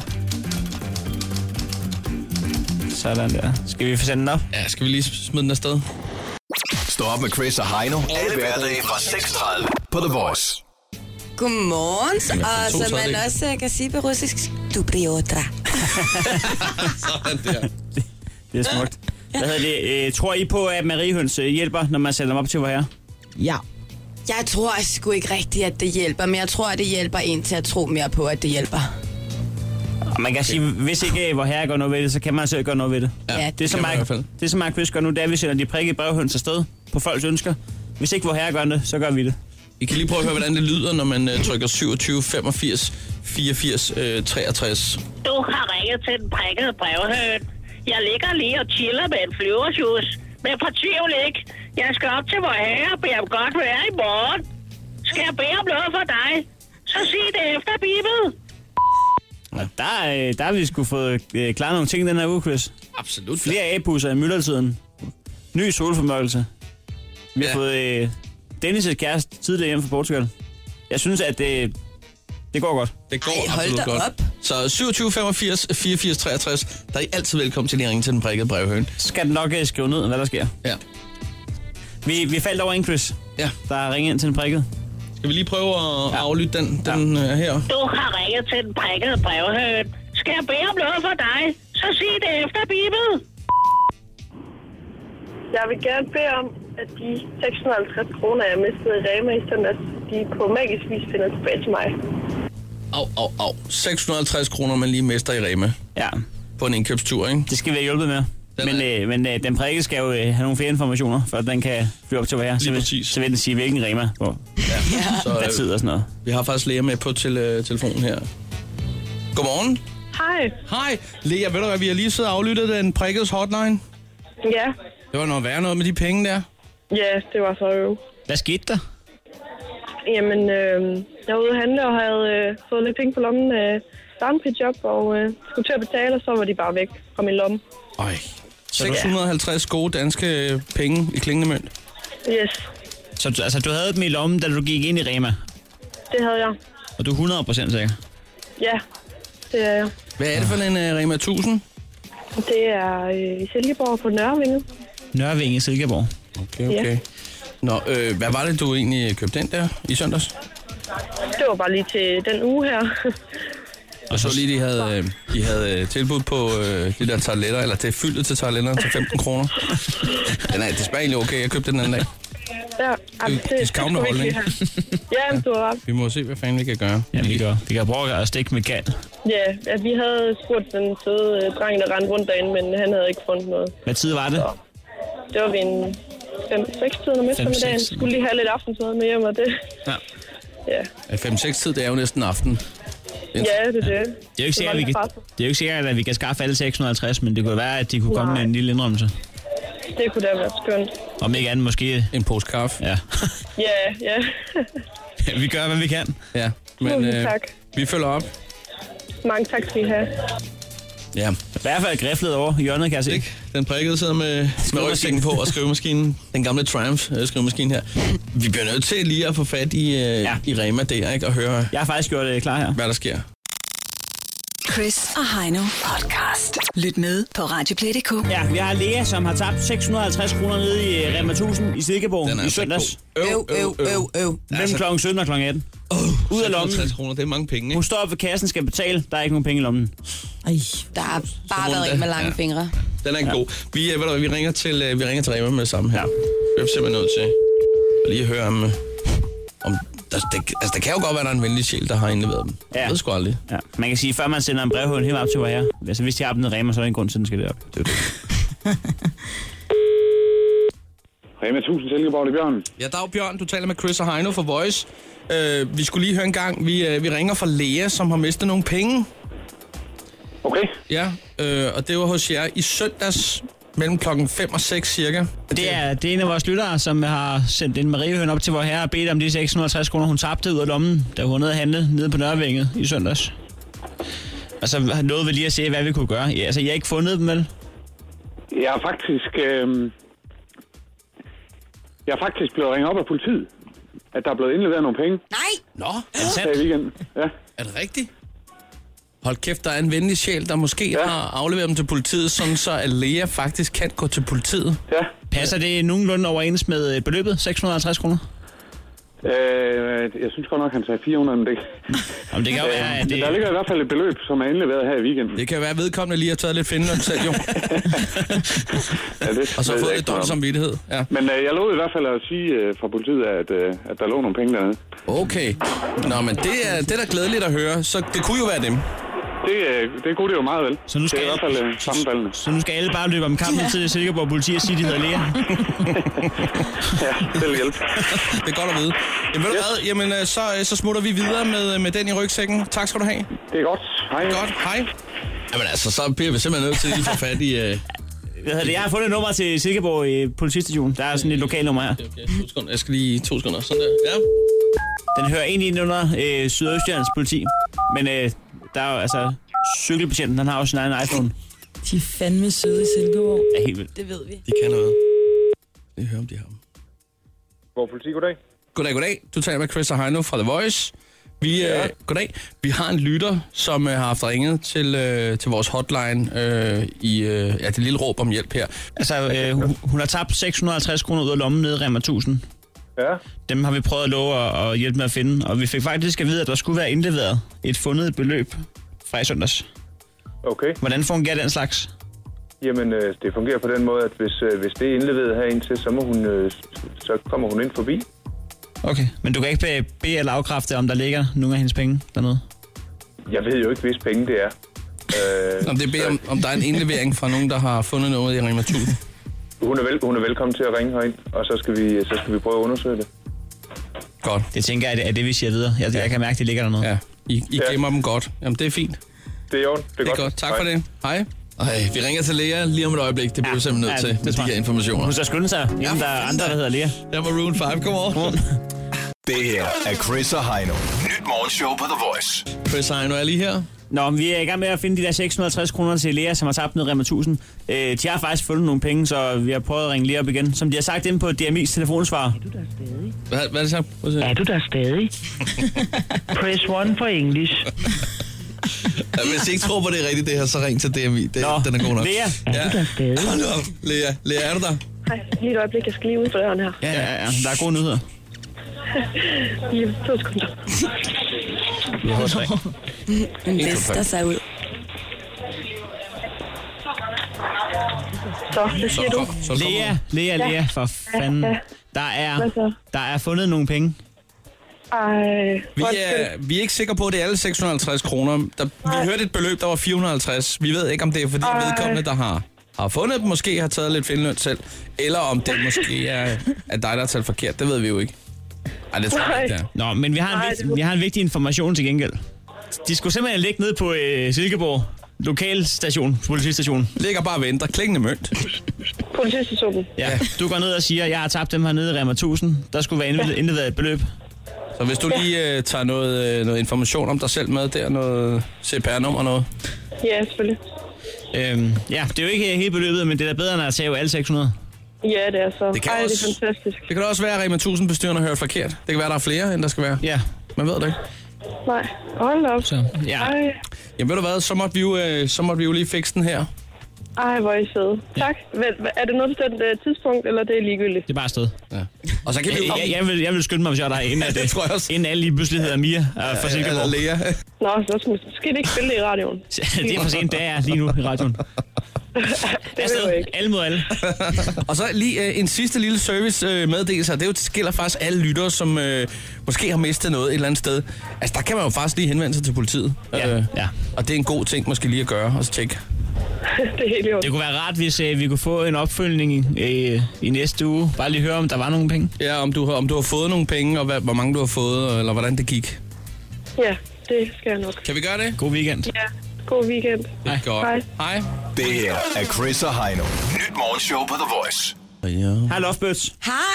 Sådan der. Skal vi få sendt den op? Ja, skal vi lige smide den afsted? Stå op med Chris og Heino. Alle hverdage fra seks tredive på The Voice. Godmorgen, Ja, og to så man tredjedele. også øh, kan sige på russisk, Dobry otra. Sådan der. Det er smukt. Hvad hedder det? Øh, tror I på, at mariehøns øh, hjælper, når man sætter dem op til vor herre? Ja. Jeg tror sgu ikke rigtigt, at det hjælper, men jeg tror, at det hjælper en til at tro mere på, at det hjælper. Og man kan sige, hvis ikke øh, vor herre gør noget ved det, så kan man selv gøre noget ved det. Ja, Det er så kan man i hvert fald. meget, det er så meget, Chris gør nu, det er, at vi sender de prikkede brevhøns afsted på folks ønsker. Hvis ikke vor herre gør det, så gør vi det. I kan lige prøve at høre, hvordan det lyder, når man uh, trykker syvogtyve femogfirs fireogfirs treogtres. Du har ringet til den prikkede brevhøn. Jeg ligger lige og chiller med en flyvershus. Men fortvivl ikke. Jeg skal op til vor herre og bede om godt vejr i morgen. Skal jeg bede om noget for dig? Så sig det efter, Bibel. Og der, øh, der har vi sgu fået øh, klaret nogle ting den her uge, Chris. Absolut. Flere A-busser i myldretiden. Ny solformørkelse. Vi har Ja. fået øh, Dennis' kæreste tidligere hjemme fra Portugal. Jeg synes, at det, det går godt. Det går Ej, hold absolut da godt. op. Så syvogtyve femogfirs fireogfirs treogtres, der er I altid velkommen til at ringe til den prikkede brevhøn. Skal den nok uh, skrive ned, hvad der sker. Ja. Vi, vi faldt over en, Chris. Ja. Der er ringet ind til den prikkede. Skal vi lige prøve at ja. aflytte den, den ja. uh, her? Du har ringet til den prikkede brevhøn. Skal jeg bede om noget for dig, så sig det efter, Bibel. Jeg vil gerne bede om, at de seks hundrede og halvtreds kroner, jeg mistede i Rema i søndags, de på magisk vis finder tilbage til mig. Au, au, au. seks hundrede og halvtreds kroner, man lige mister i Rema. Ja. På en indkøbstur, ikke? Det skal vi have hjulpet med. Den men øh, men øh, den prikke skal jo øh, have nogle flere informationer, for at den kan flyve op til hvad her. Så vil, så vil den sige, hvilken Rema, hvor ja. Så, hvad øh, tid og sådan noget. Vi har faktisk Lea med på til, øh, telefonen her. Godmorgen. Hej. Hej. Lea, ved du hvad, vi har lige siddet og aflyttet den prikkedes hotline. Ja. Det var noget værre noget med de penge der. Ja, det var så øv. Hvad skete der? Jamen, øh, jeg var ude at handle og havde øh, fået lidt penge på lommen af startpitjob, og øh, skulle til at betale, og så var de bare væk fra min lomme. Ej. seks hundrede og halvtreds gode danske penge i klingende mønt. Yes. Så altså, du havde dem i lommen, da du gik ind i Rema? Det havde jeg. Og du er hundrede procent sikker? Ja, det er jeg. Hvad er det for en uh, Rema tusind? Det er øh, i Silkeborg på Nørrevinge. Nørrevinge i Silkeborg. Okay, okay. Ja. Nå, øh, hvad var det, du egentlig købte ind der i søndags? Det var bare lige til den uge her. Og så lige, de havde, øh, de havde tilbud på øh, de der toiletter, eller det fyldet til toiletterne til femten kroner. Den er, det smager egentlig okay, jeg købte den anden dag. Ja, altså, det, det skal vi ikke have. Ja, du har ret. Vi må se, hvad fanden vi kan gøre. Ja, vi kan, vi kan prøve at stikke med gat. Ja, at vi havde spurgt den søde øh, dreng, der rendte rundt derinde, men han havde ikke fundet noget. Hvad tid var det? Så, det var ved en fem seks tiden om eftermiddagen. Skulle lige have lidt aftensmad med hjem, og det... Ja. Ja. fem seks tid, det er jo næsten aften. Ja, det er det. Det er jo ikke sikkert, at vi kan, det er jo ikke sikkert, at vi kan skaffe alle seks hundrede og halvtreds, men det kunne være, at de kunne komme Nej. med en lille indrømmelse. Det kunne da være skønt. Om ikke andet, måske en pose kaffe. Ja. Ja, ja. Ja, vi gør, hvad vi kan. Ja, men øh, tak. Vi følger op. Mange tak skal I have. Ja. I hvert fald griflet over hjørnet, kan jeg se. Ikke? Den prikkede sidder med, med rygsækken på og skrivemaskinen. Den gamle Triumph øh, skrivemaskine her. Vi bliver nødt til lige at få fat i, øh, ja. i Rema der, ikke? Og høre... Jeg har faktisk gjort det klar her. Hvad der sker. Chris og Heino podcast. Lyt med på radioplay punktum d k. Ja, vi har Lea, som har tabt seks hundrede og halvtreds kroner nede i Rema tusind i Silkeborg i søndags. Øv, øv, øv, øv. Mellem klokken sytten og klokken atten. Oh, ud af lommen. Kroner, det er mange penge, ikke? Hun står op ved kassen, skal betale. Der er ikke nogen penge i lommen. Ej, der har bare været en med lange ja. fingre. Den er ikke ja. god. Vi, ved du, vi, ringer til, vi ringer til Rema med det samme her. Ja. Vi er simpelthen nødt til at lige høre om... om der, det, altså, det kan jo godt være, at der er en venlig sjæl, der har indleveret dem. Ja. Jeg ved sgu aldrig. Ja. Man kan sige, før man sender en brevhøn helt op til vor herre. Altså, hvis de har dem ned Rema, så er der en grund til, at den skal derop. Det er det. Rema tusind Silkeborg, det er Bjørn. Ja, dag Bjørn. Du taler med Chris og Heino fra Voice. Uh, vi skulle lige høre en gang. Vi, uh, vi ringer fra Lea, som har mistet nogle penge. Okay. Ja, uh, og det var hos jer i søndags mellem klokken fem og seks cirka. Det er, det er en af vores lyttere, som har sendt en Mariehøn op til vor herre og bedt om de seks hundrede og halvtreds kroner, hun tabte ud af lommen, da hun havde handlet nede på Nørrevinget i søndags. Og så nåede vi lige at se, hvad vi kunne gøre. Ja, altså, jeg har ikke fundet dem, vel? Jeg er faktisk... Øh... Jeg er faktisk blevet ringet op af politiet, at der er blevet indleveret nogle penge. Nej! Nå, er det sandt? Ja. Er det rigtigt? Hold kæft, der er en venlig sjæl, der måske ja. har afleveret dem til politiet, sådan så at Lea faktisk kan gå til politiet. Ja. Passer det nogenlunde overens med beløbet, seks hundrede og halvtreds kroner? Øh, jeg synes godt nok, han sagde fire hundrede, men det... Jamen, det kan jo være, at det... Der ligger i hvert fald et beløb, som er indleveret her i weekenden. Det kan være, at vedkommende lige har taget lidt findeløn selv, jo. Ja, det, og så fået lidt dårlig samvittighed. Ja. Men øh, jeg lovede i hvert fald at sige øh, fra politiet, at, øh, at der lå nogle penge dernede. Okay. Nå, men det er, det er da glædeligt at høre. Så det kunne jo være dem. Det, det kunne det jo meget vel. Så nu skal det er i hvert fald uh, sammenfaldende. Så nu skal alle bare løbe om kampen til Silkeborg politi og sige, at de hedder Lea. Ja, det vil hjælpe. Det er godt at vide. Jamen, ved du hvad? Jamen, så, så smutter vi videre med, med den i rygsækken. Tak skal du have. Det er godt. Hej. Godt. Hej. Jamen altså, så bliver vi simpelthen nødt til at få fat i... Uh... Det, jeg har fundet et nummer til Silkeborg i politistation. Der er sådan et lokalnummer her. Okay, okay. To sekunder. Jeg skal lige to sekunder. Sådan der. Ja. Den hører egentlig ind under øh, Sydøstjyllands politi. Men øh, der er jo altså... Cykelbetjenten, han har jo sin egen iPhone. De er fandme søde i Silkeborg. Ja, helt vildt. Det ved vi. De kan noget. Vi hører, om de har dem. Hvor politi, goddag. Goddag, goddag. Du taler med Chris og Heino fra The Voice. Vi, ja. øh, goddag. Vi har en lytter, som øh, har haft ringet til, øh, til vores hotline øh, i øh, ja, det lille råb om hjælp her. Altså, øh, hun, hun har tabt seks hundrede og halvtreds kroner ud af lommen nede i Rema tusind. Ja. Dem har vi prøvet at love at, at hjælpe med at finde, og vi fik faktisk at vide, at der skulle være indleveret et fundet beløb fra i søndags. Okay. Hvordan fungerer den slags? Jamen, øh, det fungerer på den måde, at hvis, øh, hvis det er indleveret herind til, så, må hun, øh, så kommer hun ind forbi. Okay, men du kan ikke bede eller afkræfte, om der ligger nogle af hendes penge dernede? Jeg ved jo ikke, hvis penge det er. Øh, om det beder om, om der er en indlevering fra nogen, der har fundet noget i Rema tusind? Hun er, vel, hun er velkommen til at ringe herind, og så skal vi, så skal vi prøve at undersøge det. Godt. Det tænker jeg, er det, vi siger videre. Jeg, jeg kan mærke, at det ligger dernede. Ja, I, I Ja. gemmer dem godt. Jamen, det er fint. Det er jo, det er, Det er godt. godt. Tak Hej. for det. Hej. Ej, vi ringer til Lea lige om et øjeblik. Det bliver vi simpelthen nødt Ja, til det er med de smart. her informationer. Hun skal skynde sig, inden Ja, der er andre, der hedder Lea. Der var Maroon fem. Godmorgen. Det her er Chris og Heino. Nyt morgenshow på The Voice. Chris og Heino er lige her. Nå, men vi er i gang med at finde de der seks hundrede og halvtreds kroner til Lea, som har tabt ned Rema tusind. Øh, de har faktisk fundet nogle penge, så vi har prøvet at ringe Lea op igen. Som de har sagt inde på D M I's telefonsvar. Er du der stadig? Hvad, hvad er det så? Er du der stadig? Press one for English. Ja, hvis I ikke tror på, det er rigtigt det her, så ring til D M I. Det, Nå, den er god nok. Lea. Er du der stadig? Hold op. Lea, Lea, er du der? Hej, lige et øjeblik, jeg skal lige ud for døren her. Ja, ja, ja. Der er gode nyheder. Lige to sekunder. Vi har tre. Den lister sig ud. Så, hvad siger du? Så Lea, Lea, Lea, for fanden. Ja. Der er, Hvad så? der er fundet nogle penge. Ej, Vi er, vi er ikke sikre på, at det er alle seks hundrede og halvtreds kroner. Der, vi hørte et beløb, der var fire hundrede og halvtreds. Vi ved ikke, om det er fordi Ej. vedkommende, der har, har fundet dem, måske har taget lidt findeløn selv. Eller om det måske er, er dig, der har talt forkert. Det ved vi jo ikke. Ej, det tror jeg ikke, det er. Nå, men vi har, en Nej, vigtig, det- vi har en vigtig information til gengæld. De skulle simpelthen ligge nede på øh, Silkeborg lokalstation, politistation. Ligger bare og venter. Klikkende mønt. Politistationen. Ja, du går ned og siger, jeg har tabt dem her nede i Rema tusind. Der skulle være indleveret, indleveret et beløb. Så hvis du lige øh, tager noget, øh, noget information om dig selv med der, noget C P R-nummer og noget. Ja, selvfølgelig. Øhm, ja, det er jo ikke hele beløbet, men det er da bedre, end at tage alle seks hundrede. Ja, det er så. Det kan Ej, også- det er fantastisk. Det kan da også være, at Rema tusind-bestyrerne har hørt forkert. Det kan være, der er flere, end der skal være. Ja. Man ved det ikke. Nej, hold op. Så, ja. Ej, Jamen ved du hvad, så måtte vi jo, øh, så måtte vi jo lige fikse den her. ej, hvor er I søde. Tak. Vel, er det noget bestemt uh, tidspunkt, eller det er ligegyldigt? Det er bare afsted. Ja. Og så kan vi jo... Jeg, jeg, vil, jeg vil skynde mig, hvis jeg er der, inden, Ja, det tror jeg også. inden alle lige pludselig hedder Mia øh, fra Silkeborg. Eller Lea. Nå, så skal, skal det ikke spille det i radioen. Det er for sent, det er lige nu i radioen. Det vil jeg ikke. Alle mod alle. Og så lige øh, en sidste lille service øh, meddelelse, det er jo, det gælder faktisk alle lyttere, som øh, måske har mistet noget et eller andet sted. Altså der kan man jo faktisk lige henvende sig til politiet. Ja, øh, ja. Og det er en god ting måske lige at gøre, og så tjekke. Det er helt i orden. Det kunne være rart, hvis øh, vi kunne få en opfølgning øh, i næste uge. Bare lige høre, om der var nogle penge. Ja, om du, har- om du har fået nogle penge, og hvad, hvor mange du har fået, eller hvordan det gik. Ja, det skal jeg nok. Kan vi gøre det? God weekend. Ja, god weekend. Hej. Godt. Hej. Hej. Det her er Chris og Heino. Nyt morgenshow på The Voice. Ja. Hej Lovebirds.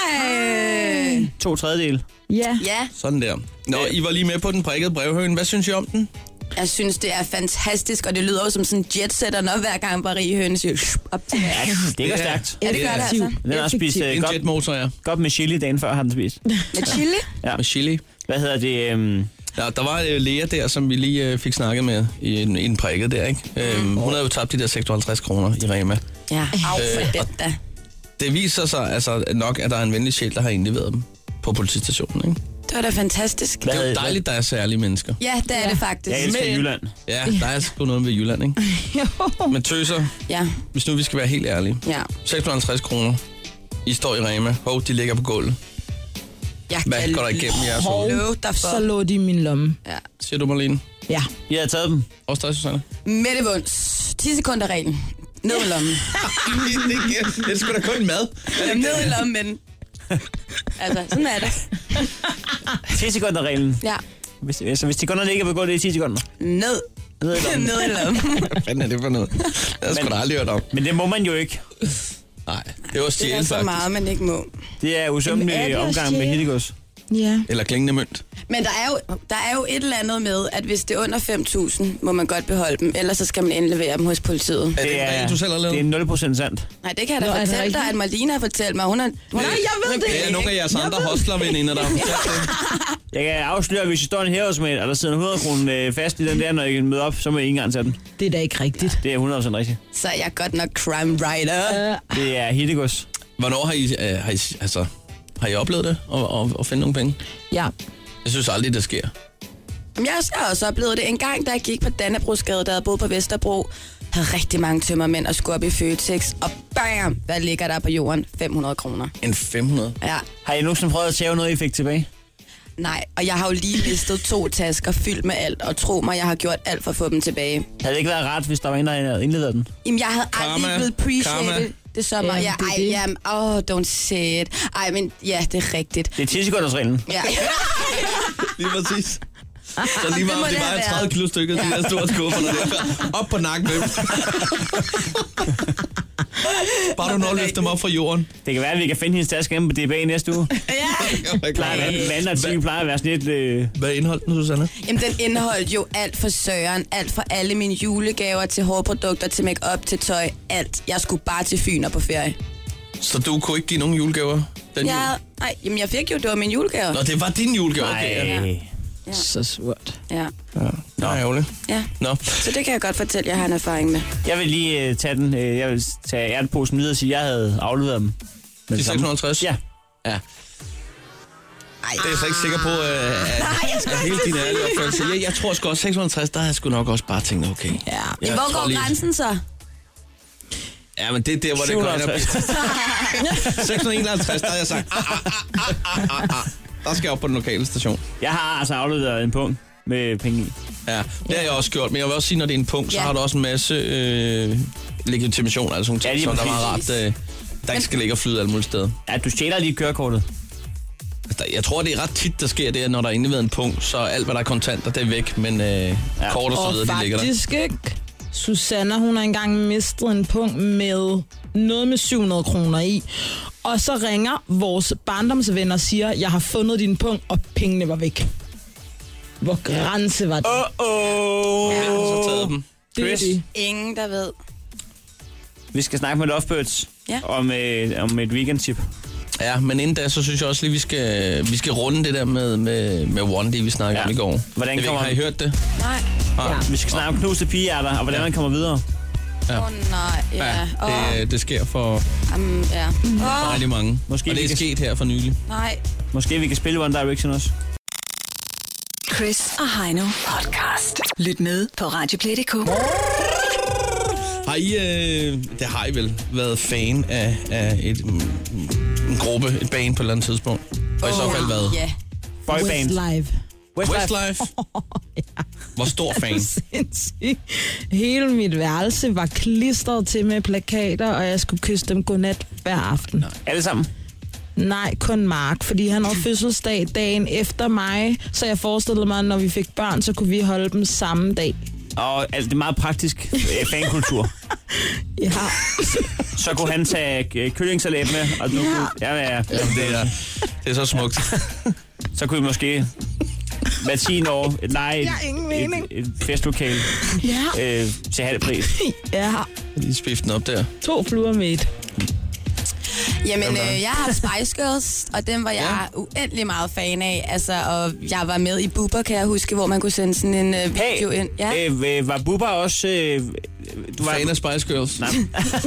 Hej! To tredjedel. Ja. Ja, Sådan der. Nå, I var lige med på den prikkede brevhøen. Hvad synes I om den? jeg synes, det er fantastisk, og det lyder jo som sådan en jetsetter, når hver gang Marie-hønen siger "Shup", op til Ja, det går Ja. stærkt. Ja, det gør det altså. Den har også spist øh, En godt, jetmotor, ja. godt med chili dagen før, har den spist. Med chili? Ja. Med chili. Hvad hedder det? Øhm, Ja, der var øh, Lea der, som vi lige øh, fik snakket med i en, i en prikket der, ikke? Øhm, hun havde jo tabt de der seks hundrede og halvtreds kroner i Rema. Ja, af for Øh, det da. Det viser sig altså nok, at der er en venlig sjæl, der har indleveret dem på politistationen, ikke? Det var da fantastisk. Det er jo dejligt, der er særlige mennesker. Ja, det er det faktisk. jeg elsker Men- Jylland. Ja, der er sgu noget ved Jylland, ikke? Men tøser, Ja, hvis nu vi skal være helt ærlige. ja. seks hundrede og halvtreds kroner. I står i Rema. Hov, de ligger på gulvet. Jeg Hvad kan går der igennem jeres hoved? love dig for. Så lå de i min lomme. Ja. Siger du, Marlene? Ja. Jeg har taget dem. Også dig, Susanne? Med det vunds. ti sekunder reglen. Ned i lommen. Det er sgu da kun mad. Ned i lommen med den. Altså, sådan er det. ti sekunder reglen. Ja. Hvis, altså, hvis sekunderne ikke er begået, det er ti sekunder. Ned. Ned i lommen. Ned i lommen. Hvad fanden er det for noget? Det har jeg sgu da aldrig hørt om. Men det må man jo ikke. Nej, det var Det stjæle er så faktisk. meget, man ikke må. Det er Jamen, er usømmelig det at omgang med stjæle? hittegods. Ja. Eller klingende mønt. Men der er, jo, der er jo et eller andet med, at hvis det er under fem tusind, må man godt beholde dem, ellers så skal man indlevere dem hos politiet. Er det, er, du selv har lavet? Det er nul procent sandt. Nej, det kan jeg da Nå, fortælle dig, at Marlene har fortalt mig. Hun er, hun Nej, jeg ved det Det er nogle af jeres andre hostlerveninder, der har fortalt det. Jeg kan afsløre, at hvis I står en her hos mig, og der sidder hundrede kroner fast i den der, når I kan møde op, så må I ikke engang tage den. Det er da ikke rigtigt. Det er hundrede procent rigtigt. Så er jeg godt nok crime writer. Uh, Det er hittegods. Hvornår har I, øh, har I, altså, har I oplevet det, at, at, at finde nogle penge? Ja. Jeg synes aldrig, det sker. Jeg har også oplevet det. En gang, da jeg gik på Dannebrogsgade, der jeg boede på Vesterbro, havde rigtig mange tømmermænd og skulle op i Føtex, og bam, hvad ligger der på jorden? fem hundrede kroner. En fem hundrede? Ja. Har I nogensinde prøvet at tage noget, I fik tilbage? Nej, og jeg har jo lige mistet to tasker fyldt med alt, og tro mig, jeg har gjort alt for at få dem tilbage. Havde det ikke været rart, hvis der var en, der havde indledet den? Jamen, jeg havde aldrig Karma. blevet appreciated Karma. det sommer. Ja, Ja, det er ej, det. jamen, oh, don't say it. Ej, men ja, det er rigtigt. Det er ti sekunders reglen. Ja. Lige præcis. Så lige Det må meget, det det var have et tredive kilo stykker, de der store skuffer, der der. Op på nakken med dem. Bare du når at løfte dem op fra jorden. Det kan være, at vi kan finde hendes taske hjemme på D B A næste uge. Ja. Plejer, den anden artikel plejer at være sådan lidt... Øh... Hvad indeholdt den, Susanne? Jamen, den indeholdt jo alt for Søren, alt for alle mine julegaver, til hårprodukter, til make-up, til tøj, alt. Jeg skulle bare til Fyn og på ferie. Så du kunne ikke give nogen julegaver den Ja, jul? nej, jamen jeg fik jo, det var min julegave. Nå, det var din julegave. Okay, ja. Nej. Ja. Så surt. Ja. Ja. Nå, ærgerligt. Ja. Nå. Så det kan jeg godt fortælle, jeg har en erfaring med. Jeg vil lige uh, tage den. Uh, jeg vil tage ærteposen videre og sige, at jeg havde afleveret dem. De seks hundrede og halvtreds? Ja. Ja. Ej, det er jeg så ikke sikker på, uh, at, at hele din ærlige opfattelse. Jeg, jeg tror sgu også, seks hundrede og halvtreds, der havde jeg sgu nok også bare tænkt, okay. Ja. Jeg Men hvor tror går lige- grænsen så? Ja, men det er der, hvor det går ind og... seks hundrede og enoghalvtreds, der har jeg sagt, ah, ah, ah, ah, ah, ah. Der skal jeg op på den lokale station. Jeg har altså afleveret en punkt med penge i. Ja, det har jeg også gjort, men jeg vil også sige, når det er en punkt, så Ja. har du også en masse øh, legitimation, altså nogle ting, Ja, lige så der er præcis. meget ret, øh, der ikke skal ligge og flyde alle mulige steder. Ja, du stjæler lige kørekortet. Altså, jeg tror, det er ret tit, der sker det, når der er indleveret en punkt, så alt, hvad der er kontanter, det er væk, men øh, ja. kort og så videre, de ligger der. faktisk ikke. Susanna, hun har engang mistet en punkt med noget med syv hundrede kroner i. Og så ringer vores barndomsven og siger, jeg har fundet din punkt, og pengene var væk. Hvor grænse var det? Åh, åh. Ja, så taget dem. Det er Chris, det. Ingen, der ved. vi skal snakke med Lovebirds Ja. om, øh, om et weekendtip. Ja, men inden da, så synes jeg også lige, vi skal, vi skal runde det der med, med, med One D, vi snakkede Ja. om i går. Hvordan Jeg ved kommer- ikke, Har I hørt det? Nej. Ja. Vi skal snakke om knuste pigehjerter, og hvordan man kommer videre. Ja. Åh, oh, nej. Ja. Ja, det, det sker for, Um, ja. for Åh, rigtig mange. Måske og det vi er kan- sket her for nylig. nej. Måske vi kan spille One Direction også. Chris og Heino podcast. Lyt med på radioplay punktum d k. Har I, øh, det har I vel, været fan af, af et, en gruppe, et band på et eller andet tidspunkt? Og i så fald hvad? Ja. Boyband. Westlife. Westlife? Hvor stor fan? Sindssygt. Hele mit værelse var klistret til med plakater, og jeg skulle kysse dem godnat hver aften. Nej. Alle sammen. Nej, kun Mark, fordi han havde fødselsdag dagen efter mig, så jeg forestillede mig, at når vi fik børn, så kunne vi holde dem samme dag. Og altså, det er meget praktisk øh, fankultur. Ja. Så kunne han tage øh, kyllingsalat med, og du Ja. kunne... Ja, ja, ja. Det er, det er så smukt. Så kunne vi måske hver tiende år lege et, Jeg har ingen mening. et, et festlokale Ja. øh, til halv pris. Ja. Lige spifte den op der. To fluer med et. Jamen, øh, jeg har Spice Girls, og den var jeg ja. uendelig meget fan af. Altså, og jeg var med i Bubber, kan jeg huske, hvor man kunne sende sådan en øh, video hey, ind. Ja. øh, øh, var Bubber også... Øh, du var Fan af Spice Girls? Nej.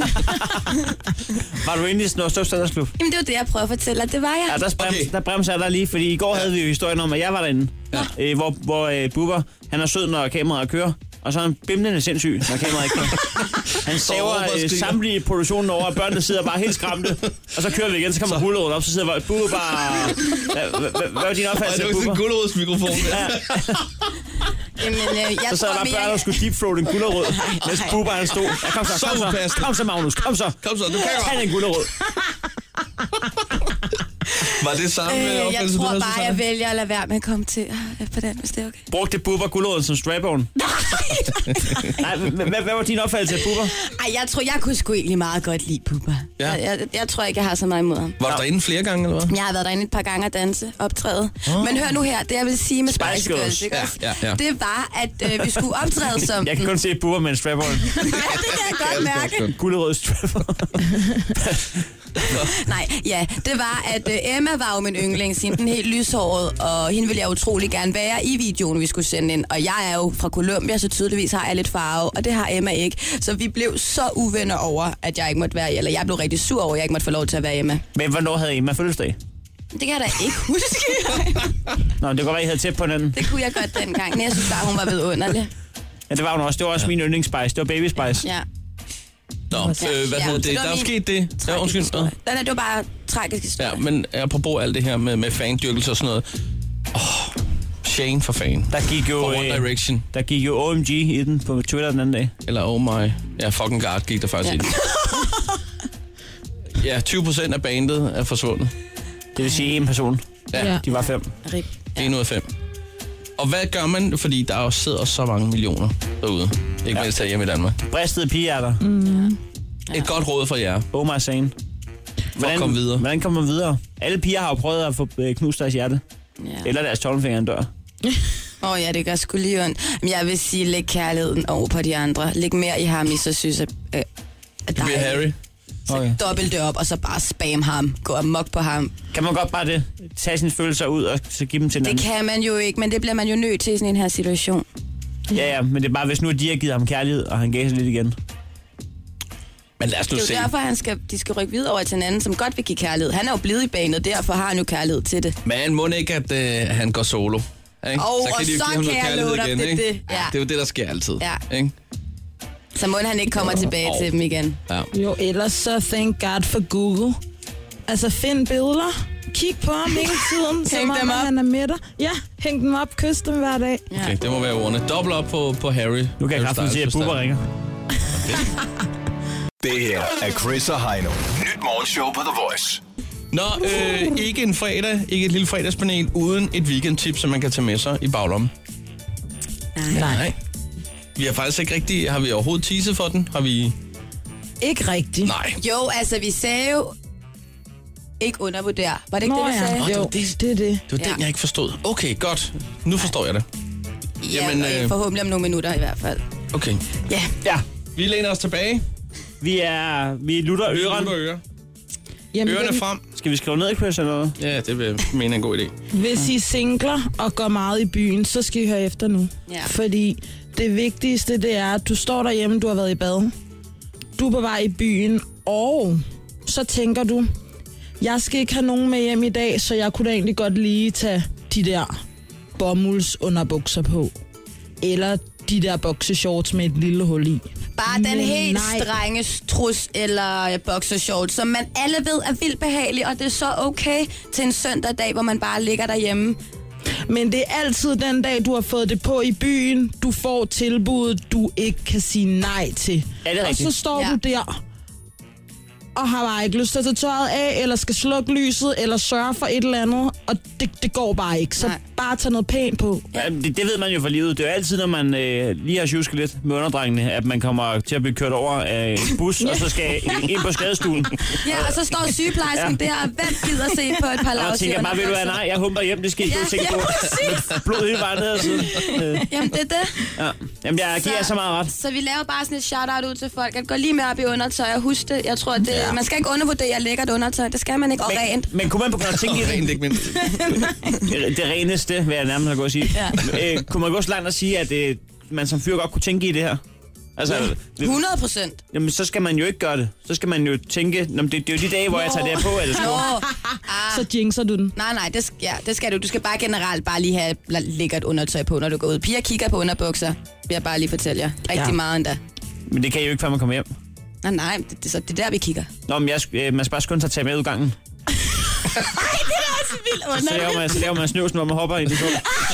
Var du inde i sådan noget stofstandersklub? Jamen, det var det, jeg prøvede at fortælle dig. Det var jeg. Ja, der, brems, Okay. der bremser jeg dig lige, fordi i går havde vi jo historien om, at jeg var derinde. Ja. Øh, hvor hvor øh, Bubber, han er sød, når kameraet kører. Og så er han bimlende sindssyg, når kameraet ikke kører. Han saver øh, samtlige produktionen over, og børnene sidder bare helt skræmte. Og så kører vi igen, så kommer Hullerød op, så sidder Bubber bare... Hvad var din opfattelse af Bubber? Det Bubber? var sådan en gulerodsmikrofon. Ja. Jamen, øh, jeg Så sad tror der bare mere... børn, der skulle deepthroat en gulerod, mens Bubber han stod. Ja, kom så, Så kom så, upassende. kom så, Magnus, kom så. Kom så, du kan godt. Tag en gulerod. Var det samme Øh, jeg opfattelse, du tror havde, bare, Susanne? jeg vælger at lade være med at komme til øh, på den, hvis det er okay. Brugte Bubber gulerod som strap-on? Nej, hvad, hvad var din opfattelse af Bubber? Ej, jeg tror, jeg kunne sgu egentlig meget godt lide Bubber. Ja. Jeg, jeg, jeg tror ikke, jeg har så meget imod ham. Var du derinde flere gange, eller hvad? Jeg har været derinde et par gange at danse, optræde. Oh. Men hør nu her, det jeg vil sige med Spice, Spice Girls, ikke ja, også? ja, ja. Det var, at øh, vi skulle optræde som... Jeg kan kun se Bubber med en strap-on. Ja, det kan jeg godt mærke. Gulerod strap-on. Nej, ja, det var, at uh, Emma var jo min yndling, siden den helt lyshåret, og hende ville jeg utrolig gerne være i videoen, vi skulle sende ind. Og jeg er jo fra Colombia, så tydeligvis har jeg lidt farve, og det har Emma ikke. Så vi blev så uvenner over, at jeg ikke måtte være, eller jeg blev rigtig sur over, at jeg ikke måtte få lov til at være Emma. Men hvornår havde Emma fødselsdag? Det kan jeg da ikke huske. Nå, det kunne godt være, I havde tæt på hinanden. Det kunne jeg godt dengang, men jeg synes bare, hun var vidunderlig. Ja, det var hun også. Det var også ja. min yndlingsspice. Det var Baby Spice. Ja. Nå, øh, hvad ja, hedder det? det Der er jo min sket det. Ja, undskyld. Ja. Den er, det var bare tragisk historie. Ja, men apropos alt det her med, med fandyrkelse og sådan noget. Åh, oh, Shane for fan. Der gik jo... For One Direction. Der gik jo O M G i den på Twitter den anden dag. Eller Oh My. Ja, fucking God gik der faktisk ja. i den. Ja, tyve procent af bandet er forsvundet. Det vil sige en person. Ja. De var fem. Rip. Ja. En ud af fem. Og hvad gør man? Fordi der jo sidder så mange millioner derude. Ikke ja. mindst her hjemme i Danmark. Bristede pigehjerter. Mm. Ja. Et godt råd for jer. Oh my sane. Hvordan komme videre? Hvordan kommer man videre? Alle piger har jo prøvet at få knust deres hjerte. Ja. Eller deres tommelfinger en dør. Åh oh, ja, det gør sgu lige ondt. Men jeg vil sige, læg kærligheden over på de andre. Læg mere i ham, I så synes, at, øh, at dig... Det bliver Harry. Så okay. Dobbelt det op, og så bare spam ham. Gå amok på ham. Kan man godt bare det? Tage sine følelser ud og så give dem til det anden? Det kan man jo ikke, men det bliver man jo nødt til i sådan en her situation. Ja, ja, men det er bare, hvis nu de har givet ham kærlighed, og han gav sig lidt igen. Men lad os nu se. Det er jo derfor, han skal, de skal rykke videre over til en anden, som godt vil give kærlighed. Han er jo blevet i banen, derfor har han jo kærlighed til det. Men må ikke, at øh, han går solo? Ikke? Oh, så kan og de jo så give ham noget kan kærlighed jeg igen, det, ikke? det. Ja. Det er jo det, der sker altid. Ja. Ikke? Så må han ikke kommer tilbage oh. til dem igen. Ja. Jo, ellers så thank God for Google. Altså find billeder, kig på ham hele tiden, som om han er med dig. Ja, hæng dem op, kys dem hver dag. Okay, det må være ordene. Dobbelt op på, på Harry. Nu kan jeg kraftigt se, at Bubber ringer. Okay. Det her er Chris og Heino. Nyt morgenshow på The Voice. Nå, øh, ikke en fredag, ikke et lille fredagspanel, uden et weekendtip, som man kan tage med sig i baglommen. Nej. Nej. Vi har faktisk ikke rigtig... Har vi overhovedet teaset for den? Har vi... Ikke rigtigt. Nej. Jo, altså vi sagde jo... Ikke undervurdere. Var det ikke Nå, det, vi ja. sagde? Nå, det var det, det er det. Det var ja. den, jeg ikke forstod. Okay, godt. Nu forstår jeg det. Ja, Jamen, øh... forhåbentlig om nogle minutter i hvert fald. Okay. Ja. Ja. Vi læner os tilbage. Vi er... Vi lutter ørerne. Vi lutter Jamen, ørerne den... frem. Skal vi skrive ned, Chris, eller noget? Ja, det vil mene en god idé. Hvis I singler og går meget i byen, så skal I høre efter nu. Ja. Fordi det vigtigste, det er, at du står derhjemme, du har været i bad. Du er på vej i byen, og så tænker du, jeg skal ikke have nogen med hjem i dag, så jeg kunne da egentlig godt lige tage de der bomuldsunderbukser på. Eller de der boxershorts med et lille hul i. Bare den Men helt nej. strenge trus eller boxershorts, som man alle ved er vildt behagelig, og det er så okay til en søndag dag, hvor man bare ligger derhjemme. Men det er altid den dag, du har fået det på i byen, du får tilbuddet, du ikke kan sige nej til. Er det og rigtigt? så står Ja. du der og har bare ikke lyst til at tage tøjet af, eller skal slukke lyset, eller sørge for et eller andet, og det, det går bare ikke. Så Nej. bare tag noget pænt på. Ja, det, det ved man jo for livet. Det er jo altid, når man øh, lige har sjusket lidt med underdrengene, at man kommer til at blive kørt over af en bus, og så skal ind på skadestuen. Ja, og så står sygeplejersken ja. der, og hvem gider se på et par Og jeg lavsige tænker bare, ved du hvad, nej, jeg humper hjem, det skal I Ja, ikke tænke ja, på. præcis. Med blod hele vejen ned ad siden. Øh, Jamen, det er det. ja. Jamen, jeg giver jer så meget ret. Så vi laver bare sådan et shout-out ud til folk, at gå lige med op i undertøj og husk det. Jeg tror, at det, ja. man skal ikke undervurdere lækkert undertøj. Det skal man ikke. Og men, rent. Men kunne man begynde at tænke i Rent, ikke mindst. det, det reneste, vil jeg nærmest gå at sige. Ja. Øh, kunne man gå så langt at sige, at øh, man som fyr godt kunne tænke i det her? Altså, hundrede procent. Jamen, så skal man jo ikke gøre det. Så skal man jo tænke, det, det er jo de dage, hvor Nå. jeg tager det her på, eller sko. Ah. Så jinxer du den. Nej, nej, det, ja, det skal du. Du skal bare generelt bare lige have lækkert undertøj på, når du går ud. Piger kigger på underbukser, vil jeg bare lige fortælle jer. Rigtig ja. meget endda. Men det kan I jo ikke, før man kommer hjem. Nej, nej, det, det, så det er der, vi kigger. Nå, men jeg, øh, man skal bare skynde sig at tage med ud gangen. Ej, det er også vildt. Så laver man, så laver man snøvsen, hvor man hopper ind i det.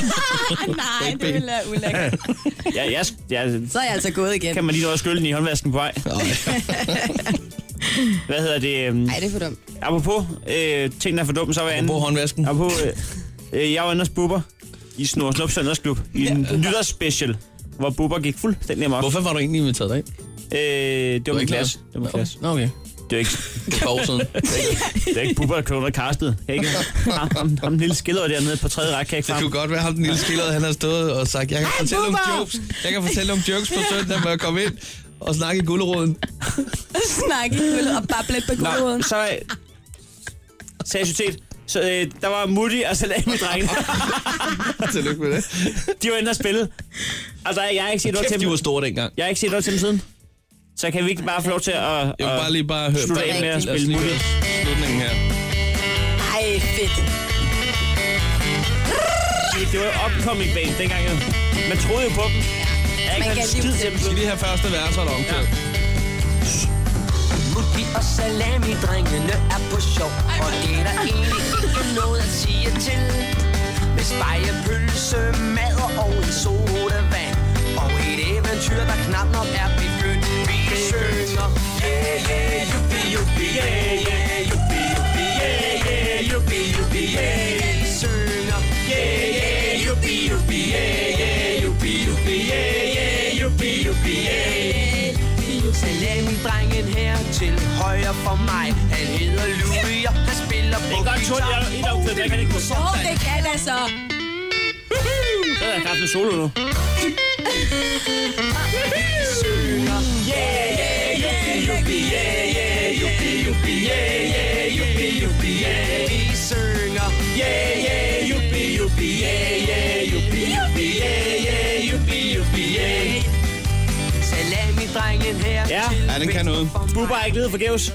Nej, det vil være ulækkert. Ja, jeg, jeg, så er jeg altså gået igen. Kan man lige nå at skylle den i håndvasken på vej? Hvad hedder det? Um, Nej, det er for dumt. Apropos øh, ting, der er for dumt, så var jeg Apropos håndvasken. Apropos, øh, øh, jeg var inde hos Bubber i Snor Snup Søndagsklub i en nytårsspecial, hvor Bubber gik fuldstændig amok. Hvorfor var du egentlig inviteret dig ind? Øh, det var min klasse. Det var min klasse. Nå, okay. Det er ikke... Det er siden. Det er ikke Bubber, der kører under kastet. Ikke? Ham, ham, ham den lille skiller dernede på tredje række, kan ikke frem. Det kunne godt være ham den lille skiller, han har stået og sagt, jeg kan Hej, fortælle Bubber! om jokes. Jeg kan fortælle om jokes på søndag, hvor jeg kom ind og snakke i gulderåden. Snakke i guldet og bable på gulderåden. Så øh, seriøsitet. Så øh, der var Mutti og Salami-drengene. Tillykke med det. De var inde og spille. Altså, jeg har ikke set noget til dem. de var store dengang. Jeg har ikke set noget til dem siden. Så kan vi ikke bare få lov til at, at Jeg vil bare lige bare høre slutte af med at spille Mutti. Slutningen her. Ej, fedt. Det, det var jo upcoming band dengang. Jo. Man troede jo på dem. Jeg har ikke Man haft kan skid lide Skal til dem. vi lige have første vers, og der omkvæd? Mutti og salami-drengene er på sjov, og det er der egentlig ikke noget at sige til. Med spejepølse, mad og en sodavand, og et eventyr, der knap nok er begyndt. Vi synger, yeah, yeah, yuppie, yuppie, yeah, yeah, yuppie, yuppie, yeah, yeah, yuppie, yuppie, yeah. Vi synger, yeah, yeah, yuppie, yuppie, yeah, yeah, yuppie, yuppie, yeah, yeah, yuppie, yuppie, yeah. Salami-drengen her til højre for mig. Han hedder Louis, og han spiller på guitar. Det er godt, jeg er omkvædet, jeg kan ikke gå sådan. Åh, det kan da så. Så er jeg haft en solo nu. synger, yeah, yeah, yuppie, yuppie, yeah, yeah, yuppie, yuppie, yeah, yeah, yuppie, yuppie, yeah. Vi synger, yeah, yeah, yuppie, yuppie, yeah, yeah, yuppie, yuppie, yeah, yeah, yuppie, yuppie, yeah. Salami-drengen her. Ja, ja, den kan noget. Bubber er ikke ledet forgæves.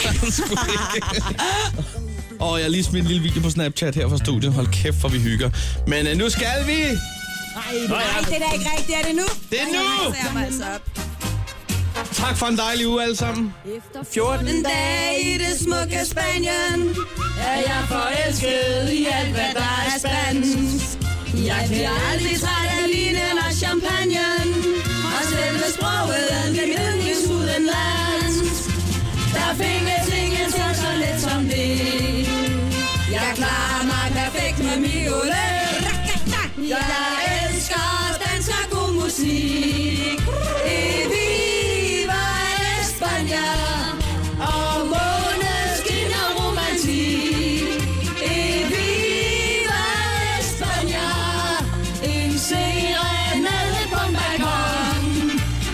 Og jeg har lige smidt en lille video på Snapchat her fra studiet. Hold kæft, for vi hygger. Men uh, nu skal vi... Nej, det er da ikke rigtigt. Er det nu? Det er nu! Jeg mig altså op. Tak for en dejlig uge alle sammen. fjorten dage i det smukke Spanien er jeg forelsket i alt, hvad der er spansk. Jeg bliver aldrig træt af vinen og champagnen, og selve sproget er min yndlings udenlands. Der findes ingenting så let som det. Jeg klarer mig perfekt med Migolé. Jeg elsker dans og god musik. Viva España og måneskin og romantik. Viva España, en serenade på en balkon.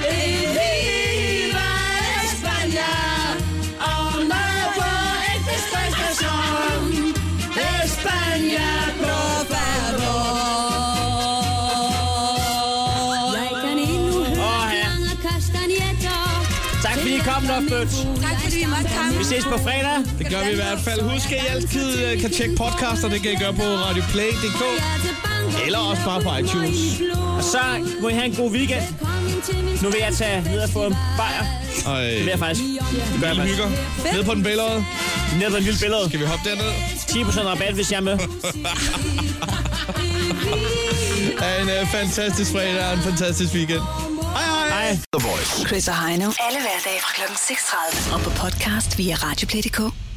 Viva España og mad på et fiskestation. España på favor. Tak fordi I kom, Lovebirds. Tak fordi I måtte komme. Vi ses på fredag. Det gør vi i hvert fald. Husk, at I altid uh, kan tjekke podcaster. Det kan I gøre på radioplay punktum d k. Eller også bare på iTunes. Og så må I have en god weekend. Nu vil jeg tage ned og få en bajer. Og, øh, Det vil jeg faktisk. Det gør jeg faktisk. hygger. Ned på den billede. Ned på en lille billede. Skal vi hoppe derned? ti procent rabat, hvis jeg er med. Ha' en uh, fantastisk fredag og en fantastisk weekend. Hej hej! Hej. The Voice. Chris og Heino. Alle hverdage fra klokken seks tredive. Og på podcast via radioplay punktum d k.